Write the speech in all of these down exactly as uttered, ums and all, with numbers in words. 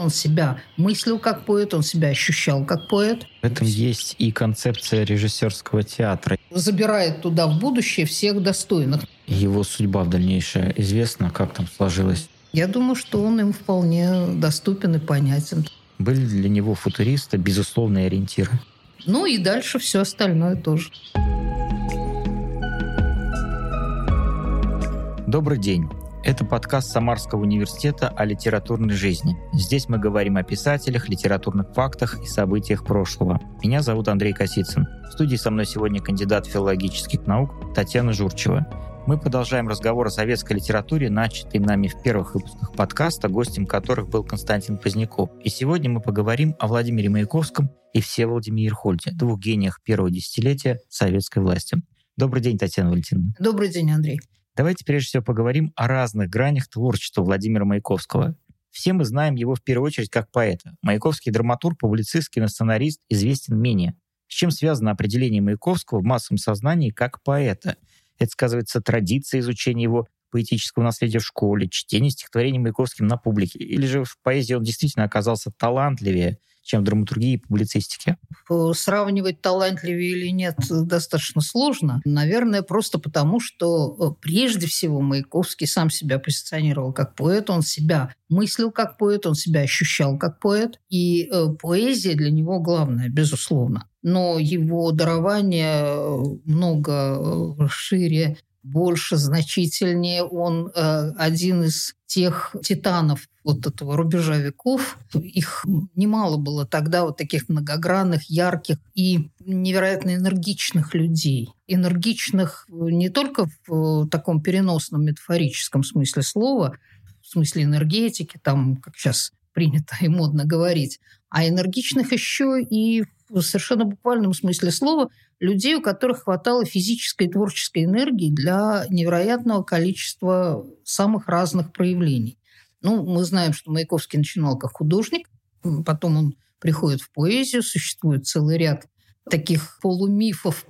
Он себя мыслил как поэт, он себя ощущал как поэт. В этом есть и концепция режиссерского театра. Забирает туда в будущее всех достойных. Его судьба в дальнейшее известна, как там сложилось? Я думаю, что он им вполне доступен и понятен. Были для него футуристы безусловные ориентиры? Ну и дальше все остальное тоже. Добрый день. Это подкаст Самарского университета о литературной жизни. Здесь мы говорим о писателях, литературных фактах и событиях прошлого. Меня зовут Андрей Косицын. В студии со мной сегодня кандидат филологических наук Татьяна Журчева. Мы продолжаем разговор о советской литературе, начатый нами в первых выпусках подкаста, гостем которых был Константин Поздняков. И сегодня мы поговорим о Владимире Маяковском и Всеволоде Мейерхольде, двух гениях первого десятилетия советской власти. Добрый день, Татьяна Валентиновна. Добрый день, Андрей. Давайте прежде всего поговорим о разных гранях творчества Владимира Маяковского. Все мы знаем его в первую очередь как поэта. Маяковский драматург, публицист, киносценарист известен менее. С чем связано определение Маяковского в массовом сознании как поэта? Это сказывается традиция изучения его поэтического наследия в школе, чтение стихотворений Маяковским на публике. Или же в поэзии он действительно оказался талантливее, чем в драматургии и публицистике? Сравнивать, талантливее или нет, достаточно сложно. Наверное, просто потому, что прежде всего Маяковский сам себя позиционировал как поэт, он себя мыслил как поэт, он себя ощущал как поэт. И поэзия для него главное, безусловно. Но его дарование много шире, больше, значительнее. Он э, один из тех титанов вот этого рубежа веков. Их немало было тогда, вот таких многогранных, ярких и невероятно энергичных людей. Энергичных не только в таком переносном метафорическом смысле слова, в смысле энергетики, там, как сейчас принято и модно говорить, а энергичных еще и в совершенно буквальном смысле слова людей, у которых хватало физической и творческой энергии для невероятного количества самых разных проявлений. Ну, мы знаем, что Маяковский начинал как художник, потом он приходит в поэзию, существует целый ряд таких полумифов,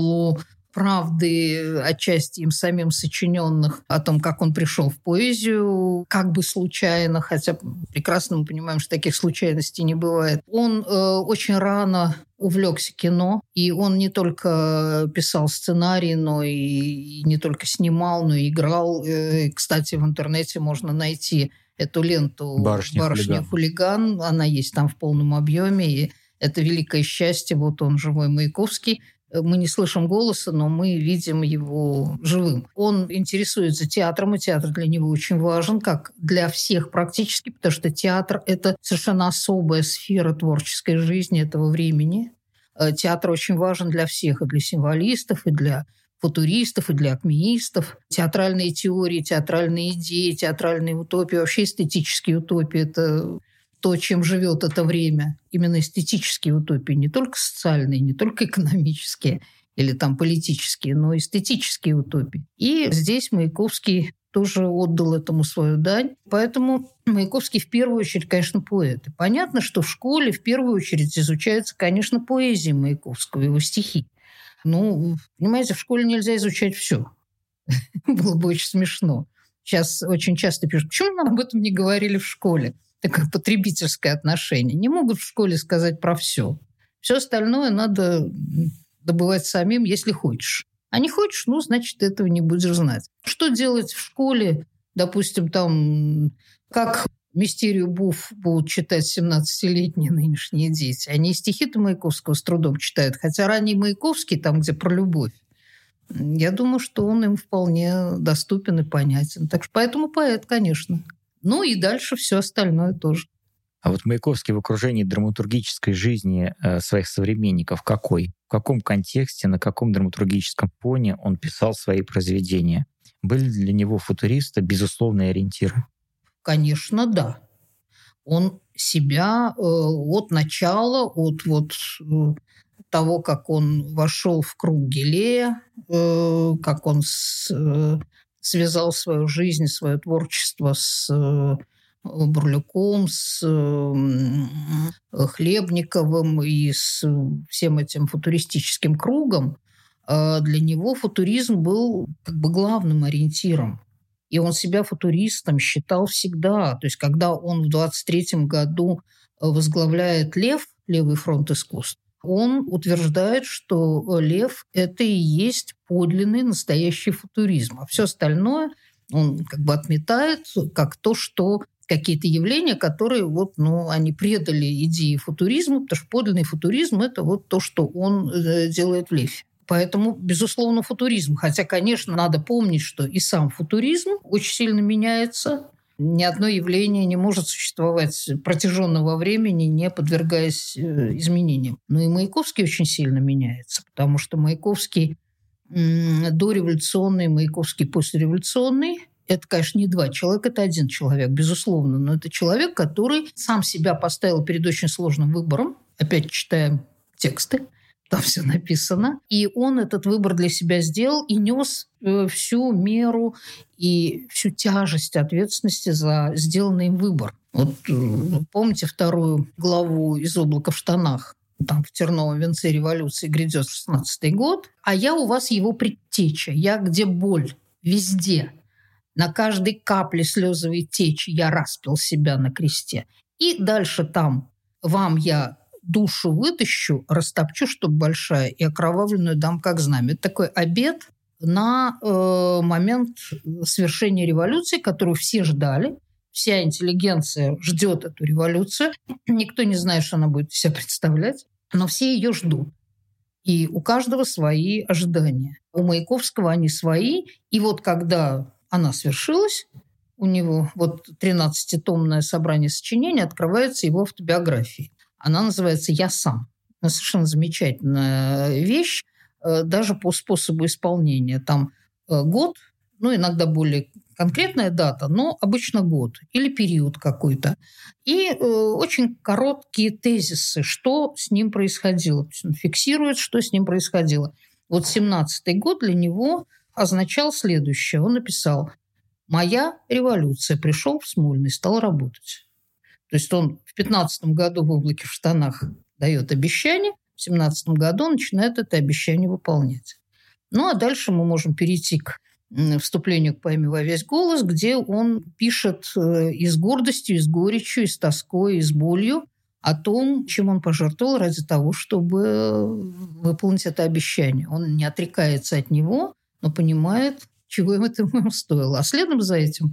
полуправды, отчасти им самим сочиненных, о том, как он пришел в поэзию, как бы случайно, хотя прекрасно мы понимаем, что таких случайностей не бывает. Он э, очень рано увлекся кино, и он не только писал сценарий, но и, и не только снимал, но и играл. Э, кстати, в интернете можно найти эту ленту «Барышня, «Барышня хулиган». хулиган». Она есть там в полном объеме, и это великое счастье. Вот он, живой Маяковский. Мы не слышим голоса, но мы видим его живым. Он интересуется театром, и театр для него очень важен, как для всех практически, потому что театр – это совершенно особая сфера творческой жизни этого времени. Театр очень важен для всех, и для символистов, и для футуристов, и для акмеистов. Театральные теории, театральные идеи, театральные утопии, вообще эстетические утопии – это то, чем живет это время. Именно эстетические утопии, не только социальные, не только экономические или там политические, но эстетические утопии. И здесь Маяковский тоже отдал этому свою дань. Поэтому Маяковский в первую очередь, конечно, поэт. И понятно, что в школе в первую очередь изучается, конечно, поэзия Маяковского, его стихи. Ну, понимаете, в школе нельзя изучать все. Было бы очень смешно. Сейчас очень часто пишут, почему нам об этом не говорили в школе? Такое потребительское отношение. Не могут в школе сказать про все. Все остальное надо добывать самим, если хочешь. А не хочешь, ну, значит, этого не будешь знать. Что делать в школе, допустим, там, как «Мистерию Буф» будут читать семнадцатилетние нынешние дети. Они стихи-то Маяковского с трудом читают. Хотя ранний Маяковский, там, где про любовь, я думаю, что он им вполне доступен и понятен. Так что поэтому поэт, конечно. Ну и дальше все остальное тоже. А вот Маяковский в окружении драматургической жизни э, своих современников какой? В каком контексте, на каком драматургическом фоне он писал свои произведения? Были для него футуристы безусловные ориентиры? Конечно, да. Он себя э, от начала, от вот, э, того, как он вошел в круг Гелея, э, как он с, э, связал свою жизнь, свое творчество с э, Бурлюком, с э, Хлебниковым и с всем этим футуристическим кругом, э, для него футуризм был как бы главным ориентиром. И он себя футуристом считал всегда. То есть когда он в двадцать третьем году возглавляет «Лев», Левый фронт искусств, он утверждает, что «Лев» – это и есть подлинный настоящий футуризм. А все остальное он как бы отметает как то, что какие-то явления, которые вот, ну, они предали идеи футуризма, потому что подлинный футуризм – это вот то, что он делает в «Леве». Поэтому, безусловно, футуризм. Хотя, конечно, надо помнить, что и сам футуризм очень сильно меняется. Ни одно явление не может существовать протяженного времени, не подвергаясь изменениям. Но и Маяковский очень сильно меняется, потому что Маяковский дореволюционный, Маяковский послереволюционный – это, конечно, не два человека, это один человек, безусловно. Но это человек, который сам себя поставил перед очень сложным выбором. Опять читаем тексты, там все написано. И он этот выбор для себя сделал и нес всю меру и всю тяжесть ответственности за сделанный им выбор. Вот помните вторую главу «Из облака в штанах»? Там в терновом венце революции грядет шестнадцатый год, а я у вас его предтеча. Я где боль, везде. На каждой капле слезовой течи я распил себя на кресте. И дальше там вам я душу вытащу, растопчу, чтоб большая, и окровавленную дам как знамя. Это такой обет на э, момент свершения революции, которую все ждали. Вся интеллигенция ждет эту революцию. Никто не знает, что она будет себя представлять, но все ее ждут. И у каждого свои ожидания. У Маяковского они свои. И вот когда она свершилась, у него вот тринадцатитомное собрание сочинений, открывается его автобиографией. Она называется «Я сам». Она совершенно замечательная вещь, даже по способу исполнения. Там год, ну, иногда более конкретная дата, но обычно год или период какой-то. И э, очень короткие тезисы, что с ним происходило. То есть он фиксирует, что с ним происходило. Вот семнадцатый год для него означал следующее. Он написал: «Моя революция. Пришел в Смольный, стал работать». То есть он в пятнадцатом году в «Облаке в штанах» дает обещание, в семнадцатом году начинает это обещание выполнять. Ну, а дальше мы можем перейти к вступлению к поэме «Во весь голос», где он пишет и с гордостью, и с горечью, и с тоской, и с болью о том, чем он пожертвовал ради того, чтобы выполнить это обещание. Он не отрекается от него, но понимает, чего им это ему стоило. А следом за этим,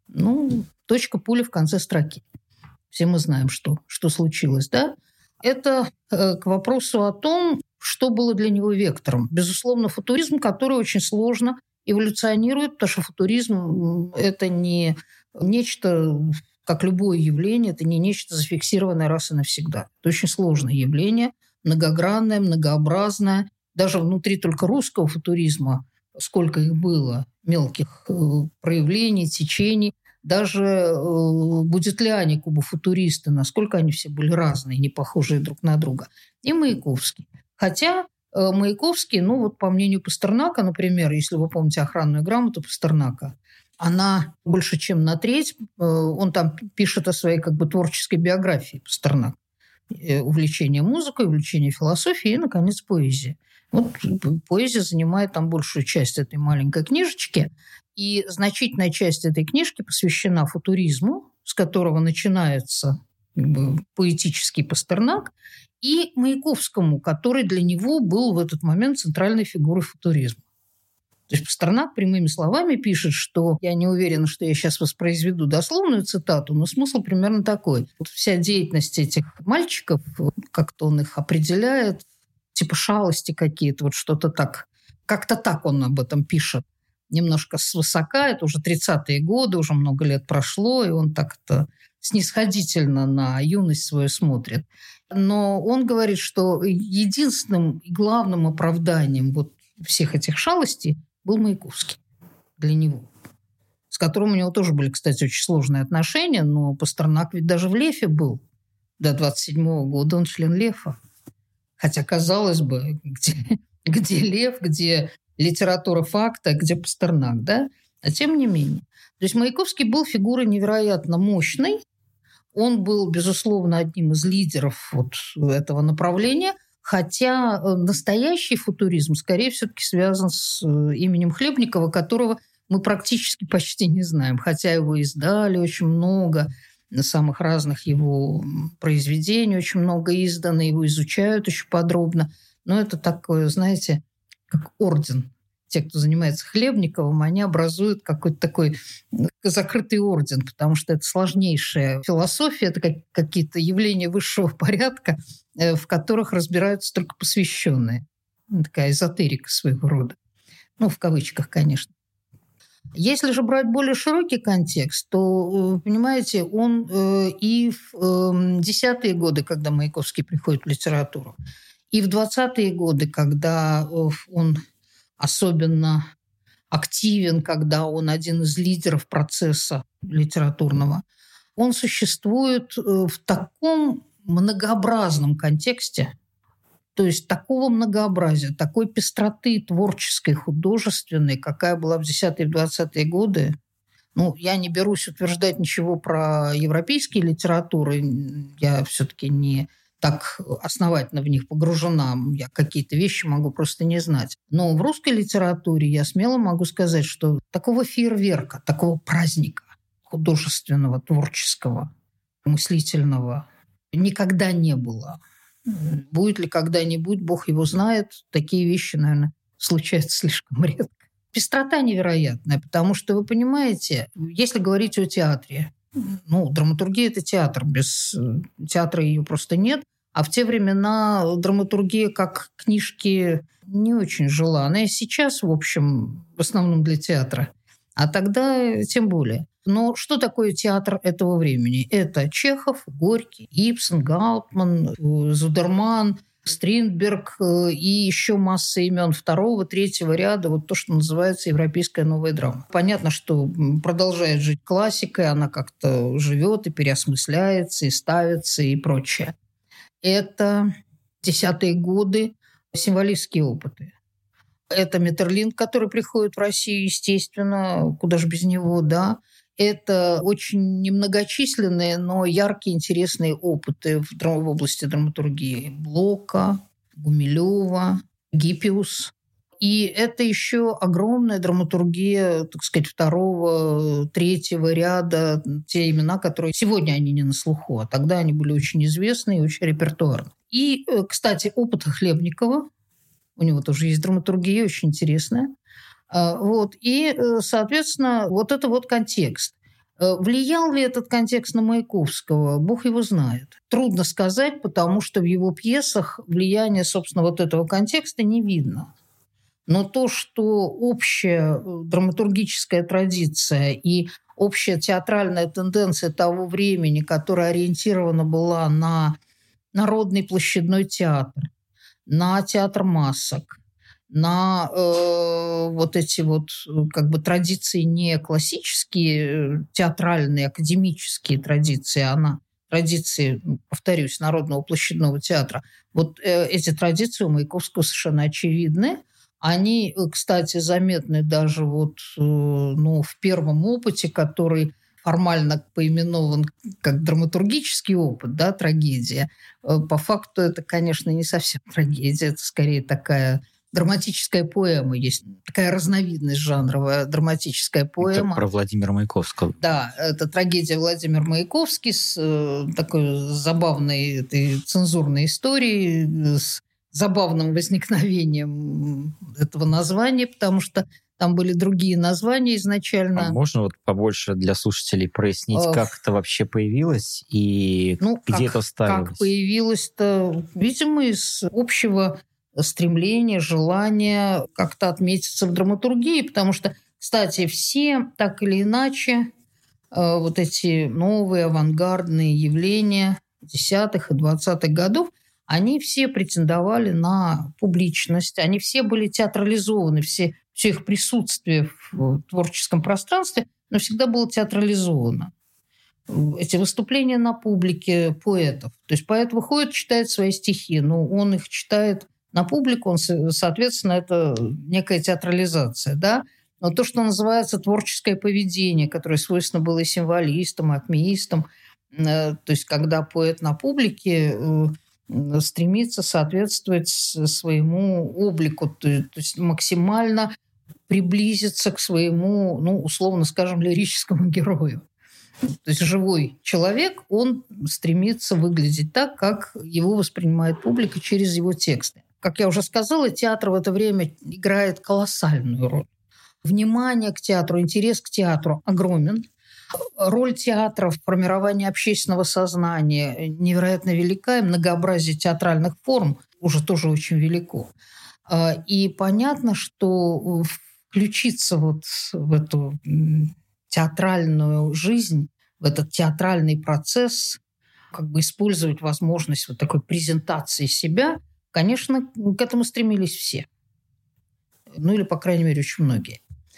ну, точка пули в конце строки. Все мы знаем, что, что случилось, да? Это э, к вопросу о том, что было для него вектором. Безусловно, футуризм, который очень сложно эволюционирует, потому что футуризм – это не нечто, как любое явление, это не нечто зафиксированное раз и навсегда. Это очень сложное явление, многогранное, многообразное. Даже внутри только русского футуризма, сколько их было, мелких э, проявлений, течений, даже э, будетляне, кубофутуристы, насколько они все были разные, не похожие друг на друга. И Маяковский. Хотя э, Маяковский, ну вот по мнению Пастернака, например, если вы помните охранную грамоту Пастернака, она больше чем на треть, э, он там пишет о своей как бы творческой биографии Пастернак. Э, увлечение музыкой, увлечение философией и, наконец, поэзией. Вот поэзия занимает там большую часть этой маленькой книжечки. И значительная часть этой книжки посвящена футуризму, с которого начинается как бы поэтический Пастернак, и Маяковскому, который для него был в этот момент центральной фигурой футуризма. То есть Пастернак прямыми словами пишет, что я не уверена, что я сейчас воспроизведу дословную цитату, но смысл примерно такой. Вот вся деятельность этих мальчиков, как-то он их определяет, типа шалости какие-то, вот что-то так. Как-то так он об этом пишет. Немножко свысока, это уже тридцатые годы, уже много лет прошло, и он так-то снисходительно на юность свою смотрит. Но он говорит, что единственным и главным оправданием вот всех этих шалостей был Маяковский для него, с которым у него тоже были, кстати, очень сложные отношения, но Пастернак ведь даже в Лефе был. До двадцать седьмого года он член Лефа. Хотя, казалось бы, где, где Лев, где литература факта, где Пастернак, да? А тем не менее. То есть Маяковский был фигурой невероятно мощной. Он был, безусловно, одним из лидеров вот этого направления, хотя настоящий футуризм, скорее, все-таки связан с именем Хлебникова, которого мы практически почти не знаем, хотя его издали очень много, самых разных его произведений очень много издано, его изучают очень подробно. Но это такое, знаете, как орден. Те, кто занимается Хлебниковым, они образуют какой-то такой закрытый орден, потому что это сложнейшая философия, это как, какие-то явления высшего порядка, в которых разбираются только посвященные. Такая эзотерика своего рода. Ну, в кавычках, конечно. Если же брать более широкий контекст, то, понимаете, он и в десятые годы, когда Маяковский приходит в литературу, и в двадцатые годы, когда он особенно активен, когда он один из лидеров процесса литературного, он существует в таком многообразном контексте, то есть такого многообразия, такой пестроты творческой, художественной, какая была в десятые и двадцатые годы. Ну, я не берусь утверждать ничего про европейские литературы, я все-таки не так основательно в них погружена, я какие-то вещи могу просто не знать. Но в русской литературе я смело могу сказать, что такого фейерверка, такого праздника художественного, творческого, мыслительного никогда не было. Будет ли когда-нибудь, Бог его знает, такие вещи, наверное, случаются слишком редко. Пестрота невероятная, потому что, вы понимаете, если говорить о театре, ну, драматургия – это театр, без театра ее просто нет, а в те времена драматургия как книжки не очень жила. Она и сейчас, в общем, в основном для театра, а тогда тем более. Но что такое театр этого времени? Это Чехов, Горький, Ибсен, Гаутман, Зудерман, Стрindберг и еще масса имен второго, третьего ряда, вот то, что называется европейская новая драма. Понятно, что продолжает жить классикой, она как-то живет и переосмысляется, и ставится, и прочее. Это десятые годы, символистские опыты. Это Метерлинк, который приходит в Россию, естественно, куда же без него, да. Это очень немногочисленные, но яркие, интересные опыты в, в области драматургии. Блока, Гумилева, Гиппиус. И это еще огромная драматургия, так сказать, второго, третьего ряда, те имена, которые сегодня они не на слуху, а тогда они были очень известны и очень репертуарны. И, кстати, опыт Хлебникова, у него тоже есть драматургия, очень интересная. Вот. И, соответственно, вот это вот контекст. Влиял ли этот контекст на Маяковского? Бог его знает. Трудно сказать, потому что в его пьесах влияние, собственно, вот этого контекста не видно. Но то, что общая драматургическая традиция и общая театральная тенденция того времени, которая ориентирована была на народный площадной театр, на театр масок, на э, вот эти вот как бы традиции не классические, театральные, академические традиции, а на традиции, повторюсь, народного площадного театра. Вот э, эти традиции у Маяковского совершенно очевидны. Они, кстати, заметны даже вот, э, ну, в первом опыте, который формально поименован как драматургический опыт, да, трагедия. По факту это, конечно, не совсем трагедия, это скорее такая драматическая поэма. Есть такая разновидность жанровая, драматическая поэма. Это про Владимира Маяковского. Да, это трагедия Владимир Маяковский с э, такой забавной этой цензурной историей, с забавным возникновением этого названия, потому что там были другие названия изначально. А можно вот побольше для слушателей прояснить, Ох. как это вообще появилось и ну, где как, это ставилось? Как появилось-то, видимо, из общего стремления, желания как-то отметиться в драматургии, потому что, кстати, все так или иначе вот эти новые авангардные явления десятых и двадцатых годов, они все претендовали на публичность, они все были театрализованы, все, все их присутствие в творческом пространстве, но всегда было театрализовано. Эти выступления на публике поэтов. То есть поэт выходит, читает свои стихи, но он их читает на публику, он, соответственно, это некая театрализация, да? Но то, что называется творческое поведение, которое свойственно было и символистам, и акмеистам, то есть когда поэт на публике стремится соответствовать своему облику, то есть максимально приблизиться к своему, ну, условно скажем, лирическому герою. То есть живой человек, он стремится выглядеть так, как его воспринимает публика через его тексты. Как я уже сказала, театр в это время играет колоссальную роль. Внимание к театру, интерес к театру огромен. Роль театра в формировании общественного сознания невероятно велика, и многообразие театральных форм уже тоже очень велико. И понятно, что включиться вот в эту театральную жизнь, в этот театральный процесс, как бы использовать возможность вот такой презентации себя, конечно, к этому стремились все. Ну или, по крайней мере, очень многие.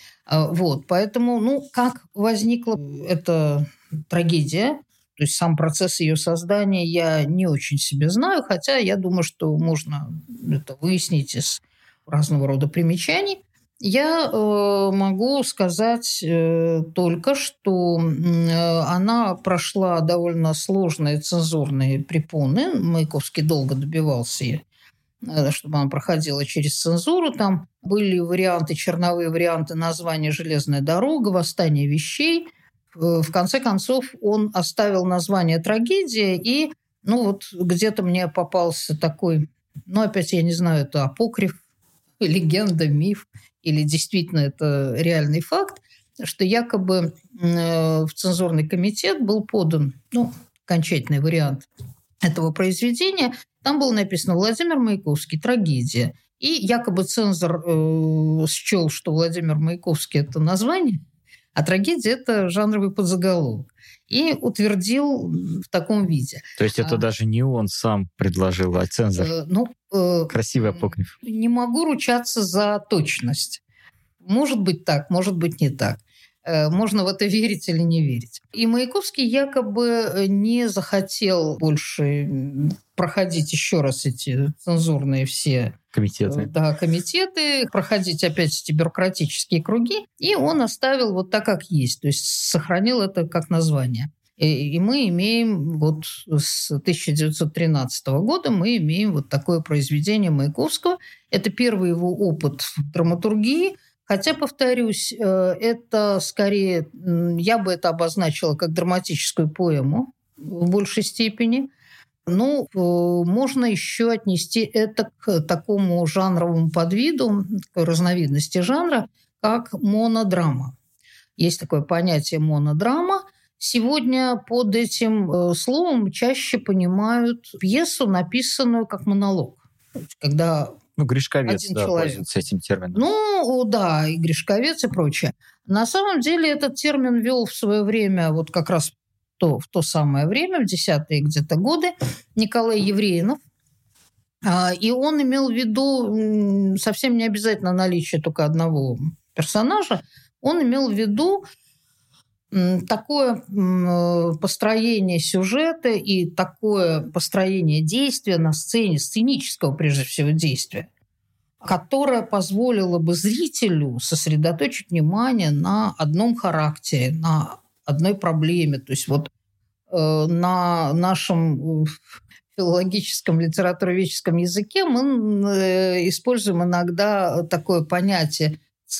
Вот, поэтому, ну, как возникла эта трагедия, то есть сам процесс ее создания я не очень себе знаю, хотя я думаю, что можно это выяснить из разного рода примечаний. Я э, могу сказать э, только, что э, она прошла довольно сложные цензурные препоны. Маяковский долго добивался ее, чтобы она проходила через цензуру. Там были варианты, черновые варианты названия «Железная дорога», «Восстание вещей». В конце концов, он оставил название «Трагедия», и ну вот где-то мне попался такой, ну опять я не знаю, это апокриф, легенда, миф, или действительно это реальный факт, что якобы в цензурный комитет был подан, ну, окончательный вариант этого произведения. Там было написано «Владимир Маяковский. Трагедия». И якобы цензор э, счел, что Владимир Маяковский – это название, а трагедия – это жанровый подзаголовок. И утвердил в таком виде. То есть это а, даже не он сам предложил, а цензор? Э, ну, э, Красивый апокриф. Не могу ручаться за точность. Может быть так, может быть не так. Можно в это верить или не верить. И Маяковский якобы не захотел больше проходить еще раз эти цензурные все комитеты. Да, комитеты, проходить опять эти бюрократические круги, и он оставил вот так, как есть, то есть сохранил это как название. И, и мы имеем вот с тысяча девятьсот тринадцатого года мы имеем вот такое произведение Маяковского. Это первый его опыт в драматургии. Хотя, повторюсь, это скорее, я бы это обозначила как драматическую поэму в большей степени. Ну, можно еще отнести это к такому жанровому подвиду, такой разновидности жанра, как монодрама. Есть такое понятие монодрама. Сегодня под этим словом чаще понимают пьесу, написанную как монолог. Когда Ну, Гришковец, один да, человек пользуется этим термином. Ну, да, и Гришковец, и прочее. На самом деле этот термин ввел в свое время, вот как раз в то, в то самое время, в десятые где-то годы, Николай Евреинов. И он имел в виду совсем не обязательно наличие только одного персонажа, он имел в виду такое построение сюжета и такое построение действия на сцене, сценического прежде всего действия, которое позволило бы зрителю сосредоточить внимание на одном характере, на одной проблеме. То есть вот э, на нашем филологическом, литературоведческом языке мы э, используем иногда такое понятие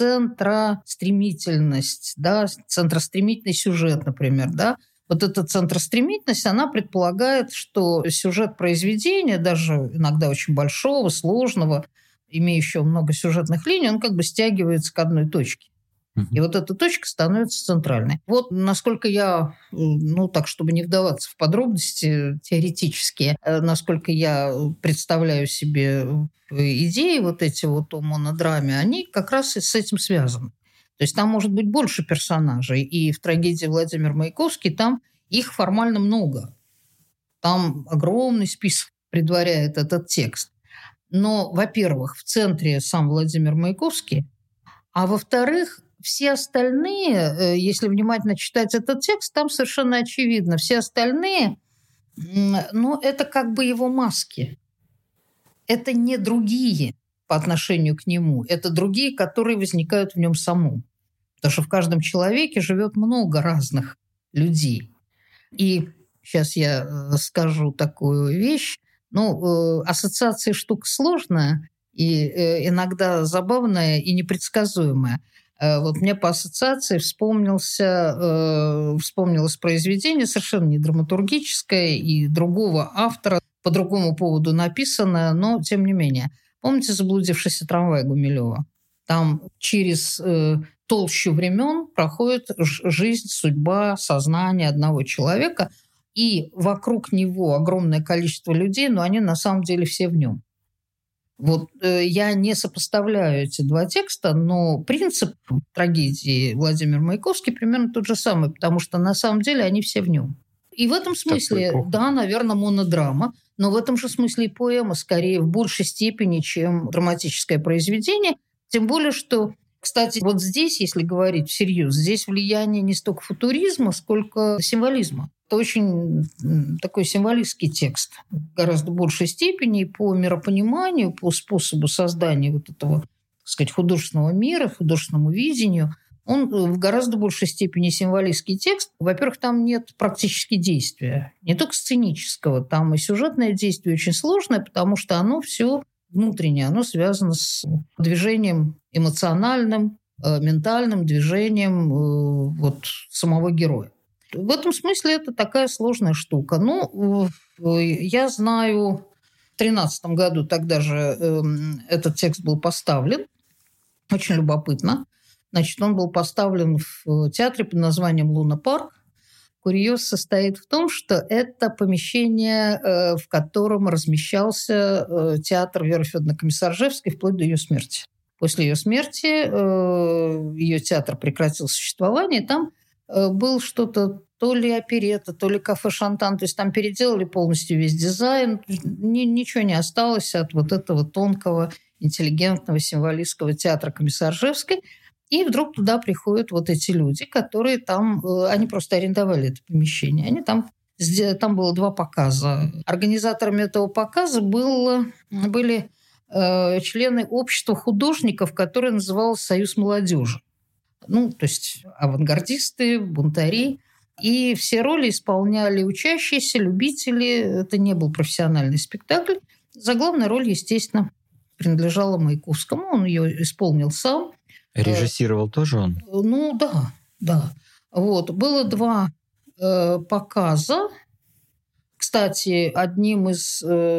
центростремительность, да, центростремительный сюжет, например, да. Вот эта центростремительность, она предполагает, что сюжет произведения, даже иногда очень большого, сложного, имеющего много сюжетных линий, он как бы стягивается к одной точке. И вот эта точка становится центральной. Вот насколько я, ну так, чтобы не вдаваться в подробности теоретические, насколько я представляю себе идеи вот эти вот о монодраме, они как раз и с этим связаны. То есть там может быть больше персонажей, и в трагедии Владимир Маяковский там их формально много. Там огромный список предваряет этот текст. Но, во-первых, в центре сам Владимир Маяковский, а во-вторых, все остальные, если внимательно читать этот текст, там совершенно очевидно, все остальные, ну, это как бы его маски. Это не другие по отношению к нему, это другие, которые возникают в нем самом. Потому что в каждом человеке живет много разных людей. И сейчас я скажу такую вещь. Ну, ассоциация штука сложная. и э, иногда забавное и непредсказуемое. Э, вот мне по ассоциации вспомнился, э, вспомнилось произведение, совершенно не драматургическое, и другого автора, по другому поводу написанное, но тем не менее. Помните «Заблудившийся трамвай» Гумилева? Там через э, толщу времен проходит жизнь, судьба, сознание одного человека, и вокруг него огромное количество людей, но они на самом деле все в нем. Вот э, я не сопоставляю эти два текста, но принцип трагедии Владимира Маяковский примерно тот же самый, потому что на самом деле они все в нем. И в этом смысле, да, наверное, монодрама, но в этом же смысле и поэма скорее в большей степени, чем драматическое произведение. Тем более, что, кстати, вот здесь, если говорить всерьез, здесь влияние не столько футуризма, сколько символизма. Это очень такой символистский текст в гораздо большей степени по миропониманию, по способу создания вот этого, так сказать, художественного мира, художественному видению. Он в гораздо большей степени символистский текст. Во-первых, там нет практически действия, не только сценического, там и сюжетное действие очень сложное, потому что оно все внутреннее, оно связано с движением эмоциональным, ментальным движением вот самого героя. В этом смысле это такая сложная штука. Ну, я знаю, в две тысячи тринадцатом году тогда же этот текст был поставлен. Очень любопытно. Значит, он был поставлен в театре под названием «Луна-парк». Курьез состоит в том, что это помещение, в котором размещался театр Веры Федоровны Комиссаржевской вплоть до ее смерти. После ее смерти ее театр прекратил существование, и там был что-то то ли оперетта, то ли кафе «Шантан». То есть там переделали полностью весь дизайн. Ничего не осталось от вот этого тонкого, интеллигентного, символистского театра Комиссаржевской. И вдруг туда приходят вот эти люди, которые там... Они просто арендовали это помещение. Они там... Там было два показа. Организаторами этого показа было, были э, члены общества художников, которое называлось «Союз молодежи». Ну, то есть авангардисты, бунтари. И все роли исполняли учащиеся, любители. Это не был профессиональный спектакль. Заглавная роль, естественно, принадлежала Маяковскому. Он ее исполнил сам. Режиссировал тоже он? Ну, да, да. Вот. Было два э, показа. Кстати, одним из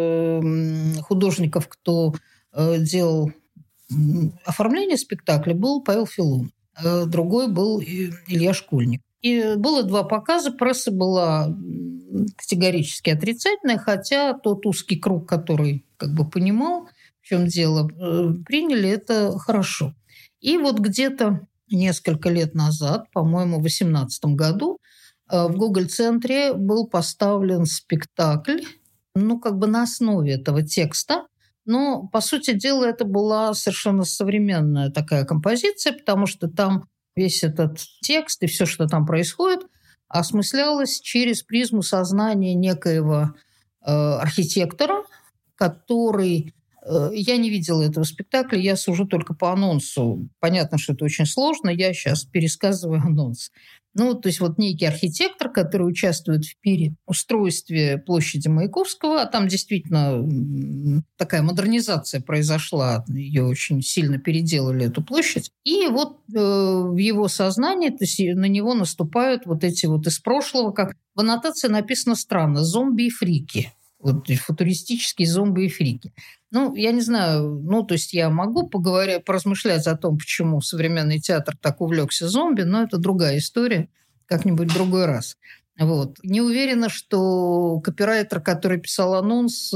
э, художников, кто э, делал оформление спектакля, был Павел Филонов. Другой был Илья Школьник. И было два показа. Пресса была категорически отрицательная, хотя тот узкий круг, который как бы понимал, в чем дело, приняли это хорошо. И вот где-то несколько лет назад, по-моему, в две тысячи восемнадцатом году, в Гоголь-центре был поставлен спектакль, ну, как бы на основе этого текста. Но, по сути дела, это была совершенно современная такая композиция, потому что там весь этот текст и все, что там происходит, осмыслялось через призму сознания некоего э, архитектора, который... Э, я не видела этого спектакля, я сужу только по анонсу. Понятно, что это очень сложно, я сейчас пересказываю анонс. Ну, то есть вот некий архитектор, который участвует в переустройстве площади Маяковского, а там действительно такая модернизация произошла, ее очень сильно переделали, эту площадь. И вот э, в его сознании, то есть на него наступают вот эти вот из прошлого, как в аннотации написано странно, зомби и фрики. Вот футуристические зомби и фрики. Ну, я не знаю, ну, то есть я могу поговорить, поразмышлять о том, почему современный театр так увлекся зомби, но это другая история, как-нибудь в другой раз. Вот. Не уверена, что копирайтер, который писал анонс,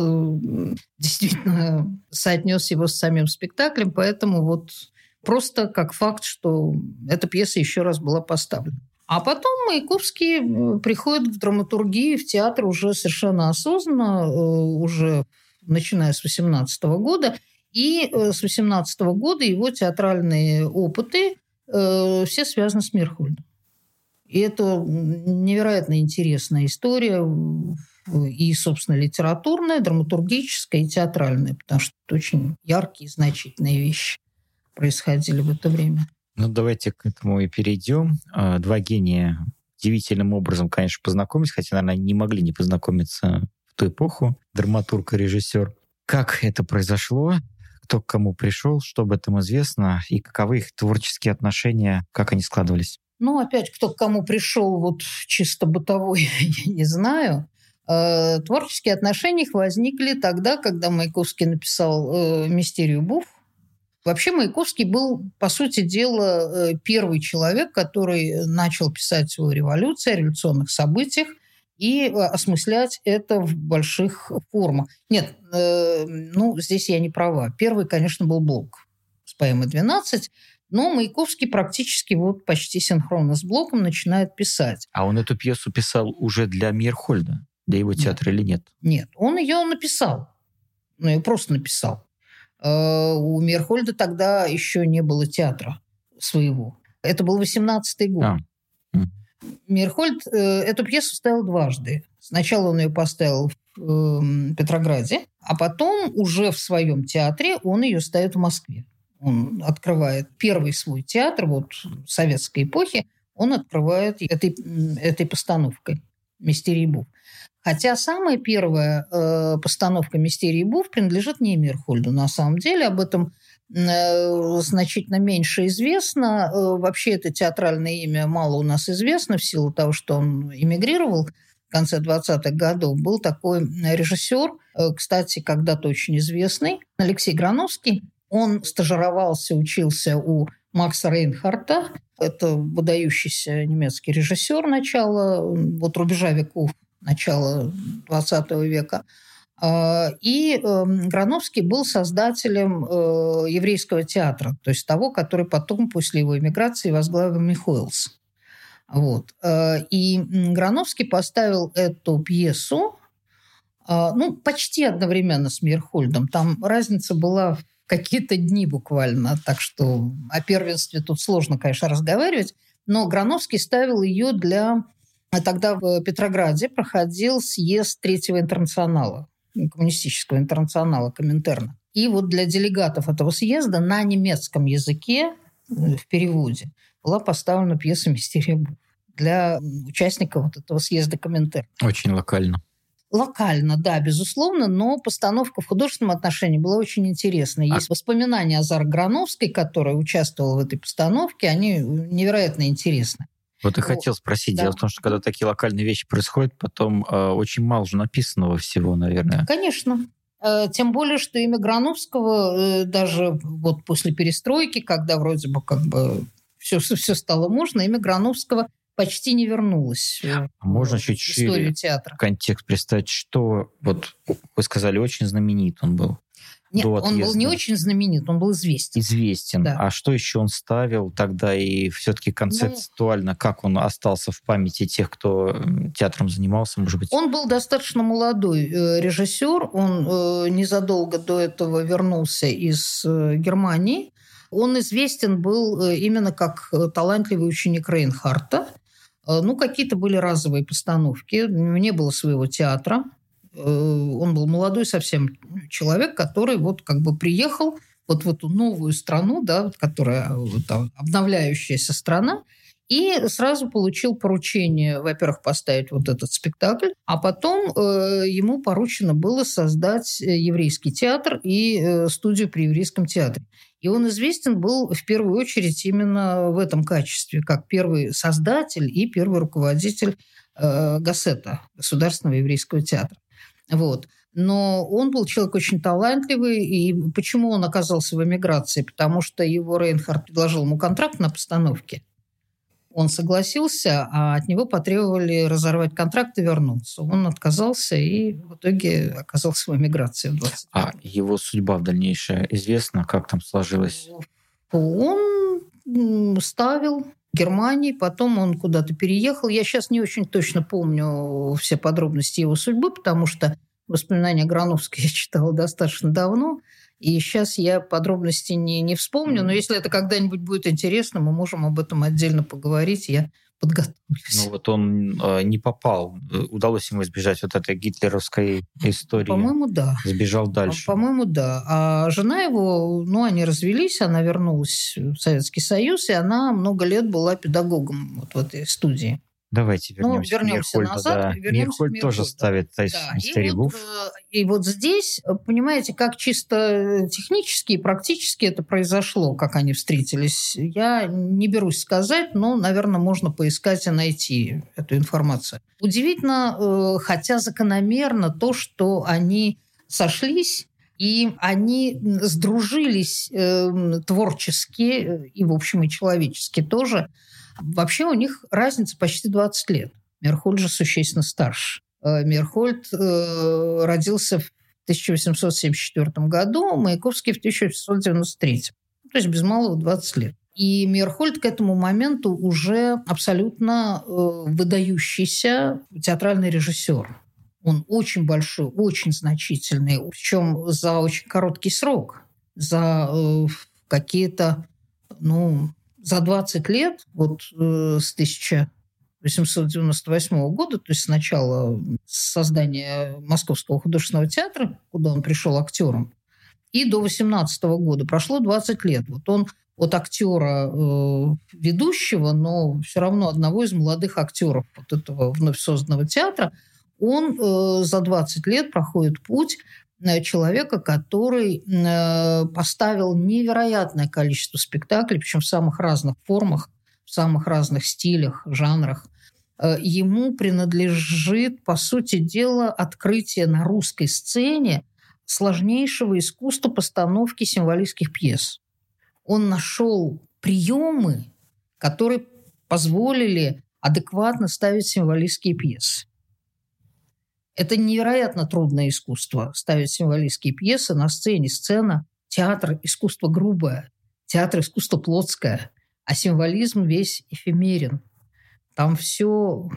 действительно соотнес его с самим спектаклем, поэтому вот просто как факт, что эта пьеса еще раз была поставлена. А потом Маяковский приходит в драматургию, в театр уже совершенно осознанно, уже начиная с восемнадцатого года. И с восемнадцатого года его театральные опыты все связаны с Мейерхольдом. И это невероятно интересная история и, собственно, литературная, драматургическая и театральная, потому что это очень яркие, значительные вещи происходили в это время. Ну, давайте к этому и перейдем. Два гения удивительным образом, конечно, познакомились, хотя, наверное, не могли не познакомиться в ту эпоху, драматург и режиссер. Как это произошло? Кто к кому пришел, что об этом известно, и каковы их творческие отношения, как они складывались? Ну, опять, кто к кому пришел, вот чисто бытовой, я не знаю. Э, творческие отношения их возникли тогда, когда Маяковский написал э, «Мистерию Буф». Вообще Маяковский был, по сути дела, первый человек, который начал писать о революции, о революционных событиях и осмыслять это в больших формах. Нет, э, ну, здесь я не права. Первый, конечно, был Блок с поэмой «двенадцать», но Маяковский практически вот почти синхронно с Блоком начинает писать. А он эту пьесу писал уже для Мейерхольда, для его театра, нет. или нет? Нет, он ее написал. Ну, ее просто написал. У Мейерхольда тогда еще не было театра своего. Это был восемнадцатый год. А. Мейерхольд э, эту пьесу ставил дважды. Сначала он ее поставил в э, Петрограде, а потом уже в своем театре он ее ставит в Москве. Он открывает первый свой театр вот советской эпохи, он открывает этой, этой постановкой «Мистерии Буф». Хотя самая первая э, постановка «Мистерии Буф» принадлежит не Мейерхольду. На самом деле об этом э, значительно меньше известно. Э, вообще это театральное имя мало у нас известно в силу того, что он эмигрировал в конце двадцатых годов. Был такой режиссер, э, кстати, когда-то очень известный, Алексей Грановский. Он стажировался, учился у Макса Рейнхарта. Это выдающийся немецкий режиссер начала вот рубежа веков, начала двадцатого века. И Грановский был создателем еврейского театра, то есть того, который потом после его эмиграции возглавил Михоэлс. Вот. И Грановский поставил эту пьесу ну, почти одновременно с Мейерхольдом. Там разница была в какие-то дни буквально, так что о первенстве тут сложно, конечно, разговаривать. Но Грановский ставил ее для... Тогда в Петрограде проходил съезд Третьего интернационала, коммунистического интернационала Коминтерна. И вот для делегатов этого съезда на немецком языке в переводе была поставлена пьеса «Мистерия Буф» для участников вот этого съезда Коминтерна. Очень локально. Локально, да, безусловно, но постановка в художественном отношении была очень интересная. Есть а... воспоминания Азары Грановской, которая участвовала в этой постановке, они невероятно интересны. Вот и хотел спросить. Да. Дело в том, что когда такие локальные вещи происходят, потом э, очень мало же написанного всего, наверное. Конечно. Э, тем более, что имя Грановского э, даже вот после перестройки, когда вроде бы как бы все, все стало можно, имя Грановского почти не вернулось в, Можно в чуть историю театра. Контекст представить, что вот вы сказали, очень знаменит он был. Нет, он был не очень знаменит, он был известен. Известен. Да. А что еще он ставил тогда? И все-таки концептуально, ну, как он остался в памяти тех, кто театром занимался, может быть? Он был достаточно молодой э, режиссер. Он э, незадолго до этого вернулся из э, Германии. Он известен был э, именно как талантливый ученик Рейнхарта. Э, ну, какие-то были разовые постановки. Не было своего театра. Он был молодой совсем человек, который вот как бы приехал вот в эту новую страну, да, которая там, обновляющаяся страна, и сразу получил поручение, во-первых, поставить вот этот спектакль, а потом э, ему поручено было создать еврейский театр и э, студию при еврейском театре. И он известен был в первую очередь именно в этом качестве, как первый создатель и первый руководитель э, Гассета, Государственного еврейского театра. Вот. Но он был человек очень талантливый. И почему он оказался в эмиграции? Потому что его Рейнхард предложил ему контракт на постановке. Он согласился, а от него потребовали разорвать контракт и вернуться. Он отказался и в итоге оказался в эмиграции. В двадцать а его судьба дальнейшая известна? Как там сложилось? Он ставил в Германии, потом он куда-то переехал. Я сейчас не очень точно помню все подробности его судьбы, потому что воспоминания Грановской я читала достаточно давно, и сейчас я подробности не, не вспомню, но если это когда-нибудь будет интересно, мы можем об этом отдельно поговорить, я подготовлюсь. Ну вот он э, не попал, удалось ему избежать вот этой гитлеровской истории. По-моему, да. Сбежал дальше. По-моему, да. А жена его, ну, они развелись, она вернулась в Советский Союз, и она много лет была педагогом вот в этой студии. Давайте вернемся, ну, вернемся к Мейерхольду. назад. Да. Вернемся Мейерхольд к Мейерхольду. тоже ставит Да. мистерий И, буф. вот, и вот здесь, понимаете, как чисто технически и практически это произошло, как они встретились, я не берусь сказать, но, наверное, можно поискать и найти эту информацию. Удивительно, хотя закономерно то, что они сошлись, и они сдружились э, творчески и, в общем, и человечески тоже. Вообще у них разница почти двадцать лет. Мейерхольд же существенно старше. Мейерхольд э, родился в тысяча восемьсот семьдесят четвёртом году, Маяковский в тысяча восемьсот девяносто третьем. То есть без малого двадцать лет. И Мейерхольд к этому моменту уже абсолютно э, выдающийся театральный режиссер. Он очень большой, очень значительный, причем за очень короткий срок, за э, какие-то, ну, за двадцать лет, вот э, с тысяча восемьсот девяносто восьмого года, то есть с начала создания Московского художественного театра, куда он пришел актером, и до восемнадцатого года прошло двадцать лет. Вот он от актера э, ведущего, но все равно одного из молодых актеров вот этого вновь созданного театра, он э, за двадцать лет проходит путь э, человека, который э, поставил невероятное количество спектаклей, причем в самых разных формах, в самых разных стилях, жанрах. Э, ему принадлежит, по сути дела, открытие на русской сцене сложнейшего искусства постановки символистских пьес. Он нашел приемы, которые позволили адекватно ставить символистские пьесы. Это невероятно трудное искусство – ставить символистские пьесы на сцене. Сцена, театр – искусство грубое, театр – искусство плотское, а символизм весь эфемерен. Там все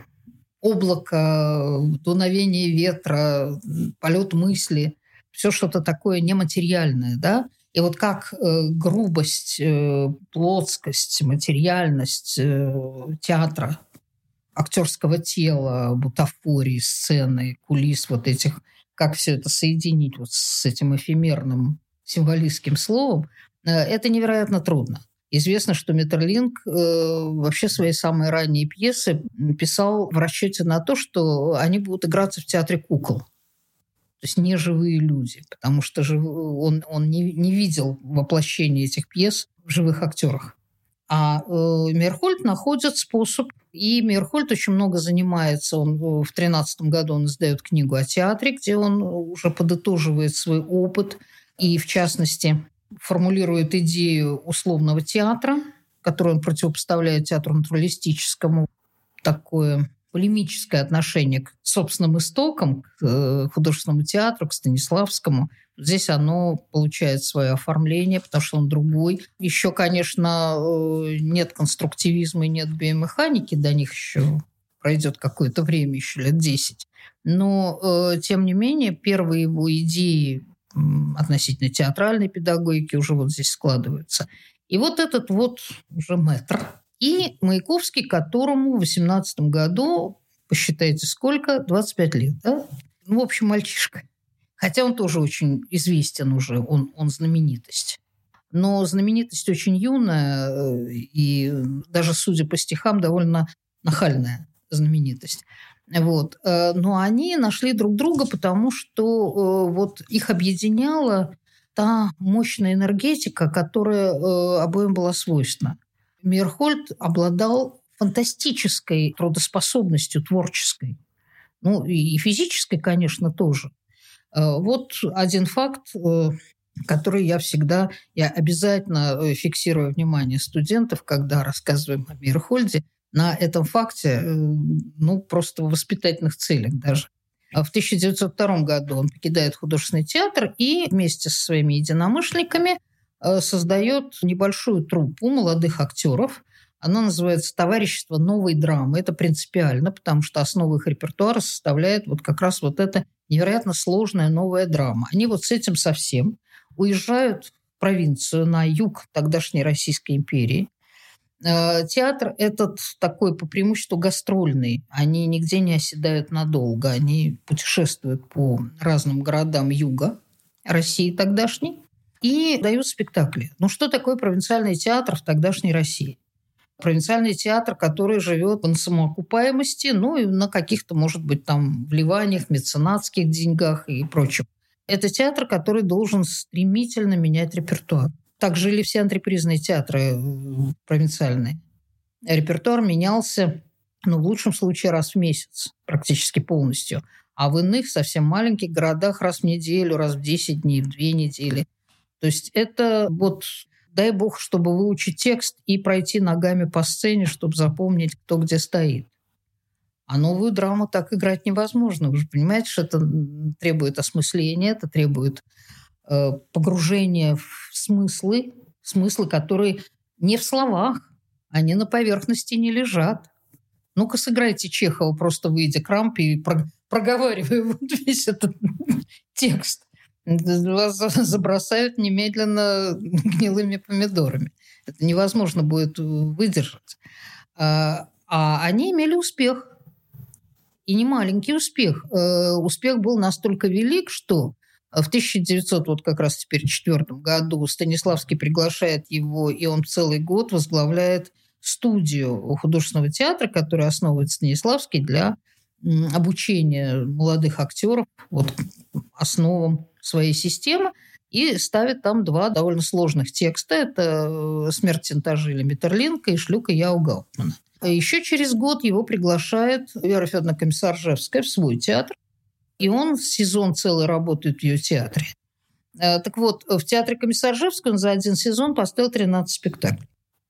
облако, дуновение ветра, полет мысли, все что-то такое нематериальное, да? И вот как э, грубость, э, плотскость, материальность э, театра, актерского тела, бутафории, сцены, кулис вот этих, как все это соединить вот с этим эфемерным символистским словом, э, это невероятно трудно. Известно, что Метерлинк э, вообще свои самые ранние пьесы писал в расчете на то, что они будут играться в театре кукол. То есть не живые люди, потому что жив... он, он не, не видел воплощения этих пьес в живых актерах. А э, Мейерхольд находит способ, и Мейерхольд очень много занимается. Он, в две тысячи тринадцатом году он издает книгу о театре, где он уже подытоживает свой опыт и, в частности, формулирует идею условного театра, которую он противопоставляет театру натуралистическому, такое полемическое отношение к собственным истокам, к художественному театру, к Станиславскому. Здесь оно получает свое оформление, потому что он другой. Еще, конечно, нет конструктивизма и нет биомеханики, до них еще пройдет какое-то время, еще лет десять. Но, тем не менее, первые его идеи относительно театральной педагогики уже вот здесь складываются. И вот этот вот уже мэтр. И Маяковский, которому в восемнадцатом году, посчитайте сколько, двадцать пять лет, да? Ну, в общем, мальчишка. Хотя он тоже очень известен уже, он, он знаменитость. Но знаменитость очень юная и даже, судя по стихам, довольно нахальная знаменитость. Вот. Но они нашли друг друга, потому что вот их объединяла та мощная энергетика, которая обоим была свойственна. Мейерхольд обладал фантастической трудоспособностью творческой. Ну, и физической, конечно, тоже. Вот один факт, который я всегда, я обязательно фиксирую внимание студентов, когда рассказываем о Мейерхольде, на этом факте, ну, просто в воспитательных целях даже. В тысяча девятьсот втором году он покидает художественный театр и вместе со своими единомышленниками создает небольшую труппу молодых актеров. Она называется «Товарищество новой драмы». Это принципиально, потому что основу их репертуара составляет вот как раз вот эта невероятно сложная новая драма. Они вот с этим совсем уезжают в провинцию, на юг тогдашней Российской империи. Театр этот такой по преимуществу гастрольный. Они нигде не оседают надолго. Они путешествуют по разным городам юга России тогдашней и дают спектакли. Ну, что такое провинциальный театр в тогдашней России? Провинциальный театр, который живет на самоокупаемости, ну и на каких-то, может быть, там вливаниях, меценатских деньгах и прочем. Это театр, который должен стремительно менять репертуар. Так жили все антрепризные театры провинциальные. Репертуар менялся, ну, в лучшем случае, раз в месяц, практически полностью. А в иных, совсем маленьких городах раз в неделю, раз в десять дней, в две недели. То есть это вот, дай бог, чтобы выучить текст и пройти ногами по сцене, чтобы запомнить, кто где стоит. А новую драму так играть невозможно. Вы же понимаете, что это требует осмысления, это требует э, погружения в смыслы, смыслы, которые не в словах, они на поверхности не лежат. Ну-ка сыграйте Чехова, просто выйдя к рампе и проговаривая вот весь этот текст. Вас забросают немедленно гнилыми помидорами. Это невозможно будет выдержать. А, а они имели успех. И не маленький успех. Э, успех был настолько велик, что в тысяча девятьсот, вот как раз теперь четвёртом году Станиславский приглашает его, и он целый год возглавляет студию художественного театра, которую основывает Станиславский для обучения молодых актеров вот, основам своей системы, и ставит там два довольно сложных текста. Это «Смерть Тинтажиля» Метерлинка и «Шлюка» Яо Гауптмана. Еще через год его приглашает Вера Федоровна Комиссаржевская в свой театр, и он сезон целый работает в ее театре. Так вот, в театре Комиссаржевской он за один сезон поставил тринадцать спектаклей.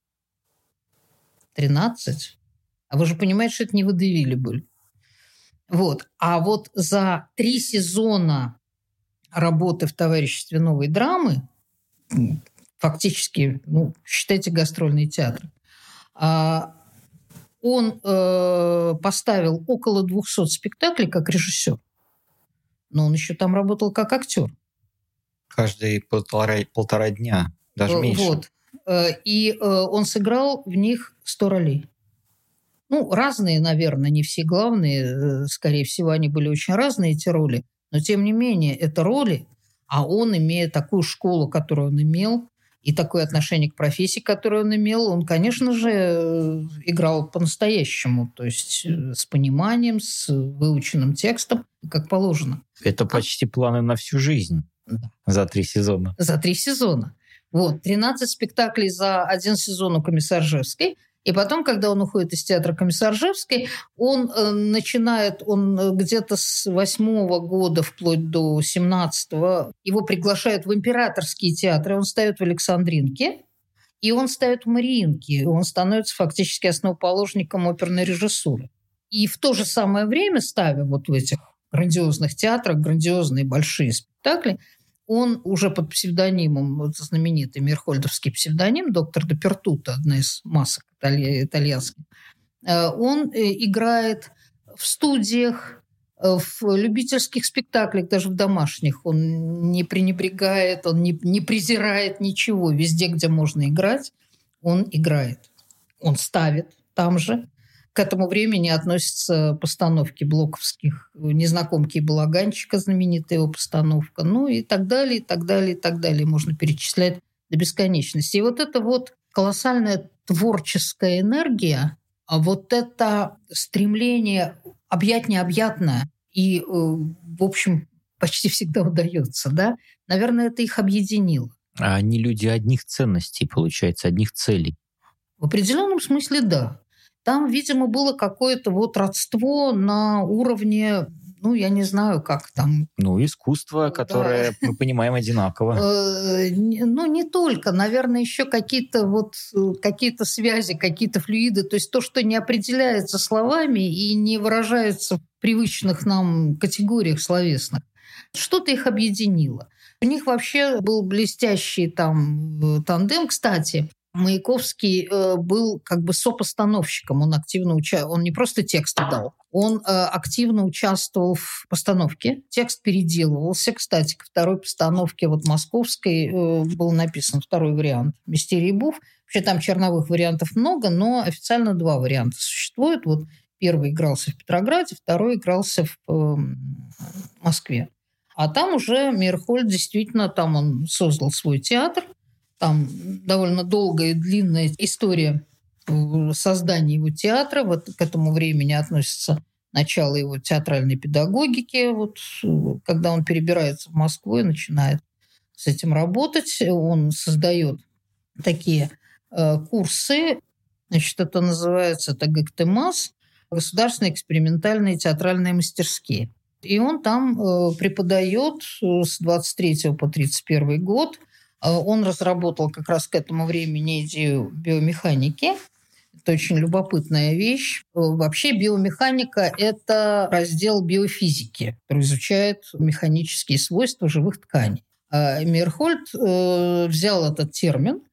тринадцать? А вы же понимаете, что это не водевили были. Вот. А вот за три сезона работы в товариществе новой драмы, фактически, ну, считайте, гастрольный театр, он э, поставил около двухсот спектаклей как режиссер. Но он еще там работал как актер. Каждые полтора, полтора дня, даже э, меньше. Вот. И э, он сыграл в них сто ролей. Ну, разные, наверное, не все главные. Скорее всего, они были очень разные, эти роли. Но, тем не менее, это роли, а он, имея такую школу, которую он имел, и такое отношение к профессии, которое он имел, он, конечно же, играл по-настоящему, то есть с пониманием, с выученным текстом, как положено. Это почти планы на всю жизнь. Да. За три сезона. За три сезона. Вот, тринадцать спектаклей за один сезон у Комиссаржевской. И потом, когда он уходит из театра Комиссаржевской, он э, начинает, он где-то с восьмого года вплоть до семнадцатого, его приглашают в императорские театры, он ставит в Александринке, и он ставит в Мариинке, он становится фактически основоположником оперной режиссуры. И в то же самое время, ставя вот в этих грандиозных театрах грандиозные большие спектакли, он уже под псевдонимом, вот знаменитый мирхольдовский псевдоним, доктор Дапертута, одна из масок итальянских, он играет в студиях, в любительских спектаклях, даже в домашних. Он не пренебрегает, он не, не презирает ничего. Везде, где можно играть, он играет. Он ставит там же. К этому времени относятся постановки блоковских «Незнакомки и балаганчика», знаменитая его постановка, ну и так далее, и так далее, и так далее. Можно перечислять до бесконечности. И вот это вот колоссальная творческая энергия, а вот это стремление объять необъятное и, в общем, почти всегда удается, да? Наверное, это их объединило. А они люди одних ценностей, получается, одних целей. В определенном смысле, да. Там, видимо, было какое-то вот родство на уровне, ну, я не знаю, как там. Ну, искусство, которое да. мы понимаем одинаково. Ну, не только. Наверное, еще какие-то вот какие-то связи, какие-то флюиды. То есть то, что не определяется словами и не выражается в привычных нам категориях словесных. Что-то их объединило. У них вообще был блестящий там тандем, кстати. Маяковский э, был как бы сопостановщиком, он активно участвовал, он не просто текст дал, он э, активно участвовал в постановке, текст переделывался, кстати, ко второй постановке вот московской э, был написан второй вариант «Мистерии Буф». Вообще там черновых вариантов много, но официально два варианта существуют. Вот первый игрался в Петрограде, второй игрался в э, Москве. А там уже Мейерхольд действительно, там он создал свой театр. Там довольно долгая и длинная история создания его театра. Вот к этому времени относится начало его театральной педагогики. Вот, когда он перебирается в Москву и начинает с этим работать, он создает такие э, курсы. Значит, это называется это ГЭКТЭМАС, государственные экспериментальные театральные мастерские. И он там э, преподает с двадцать третьего по тридцать первый год. Э, он разработал как раз к этому времени идею биомеханики. Это очень любопытная вещь. Вообще биомеханика – это раздел биофизики, который изучает механические свойства живых тканей. Мейерхольд взял этот термин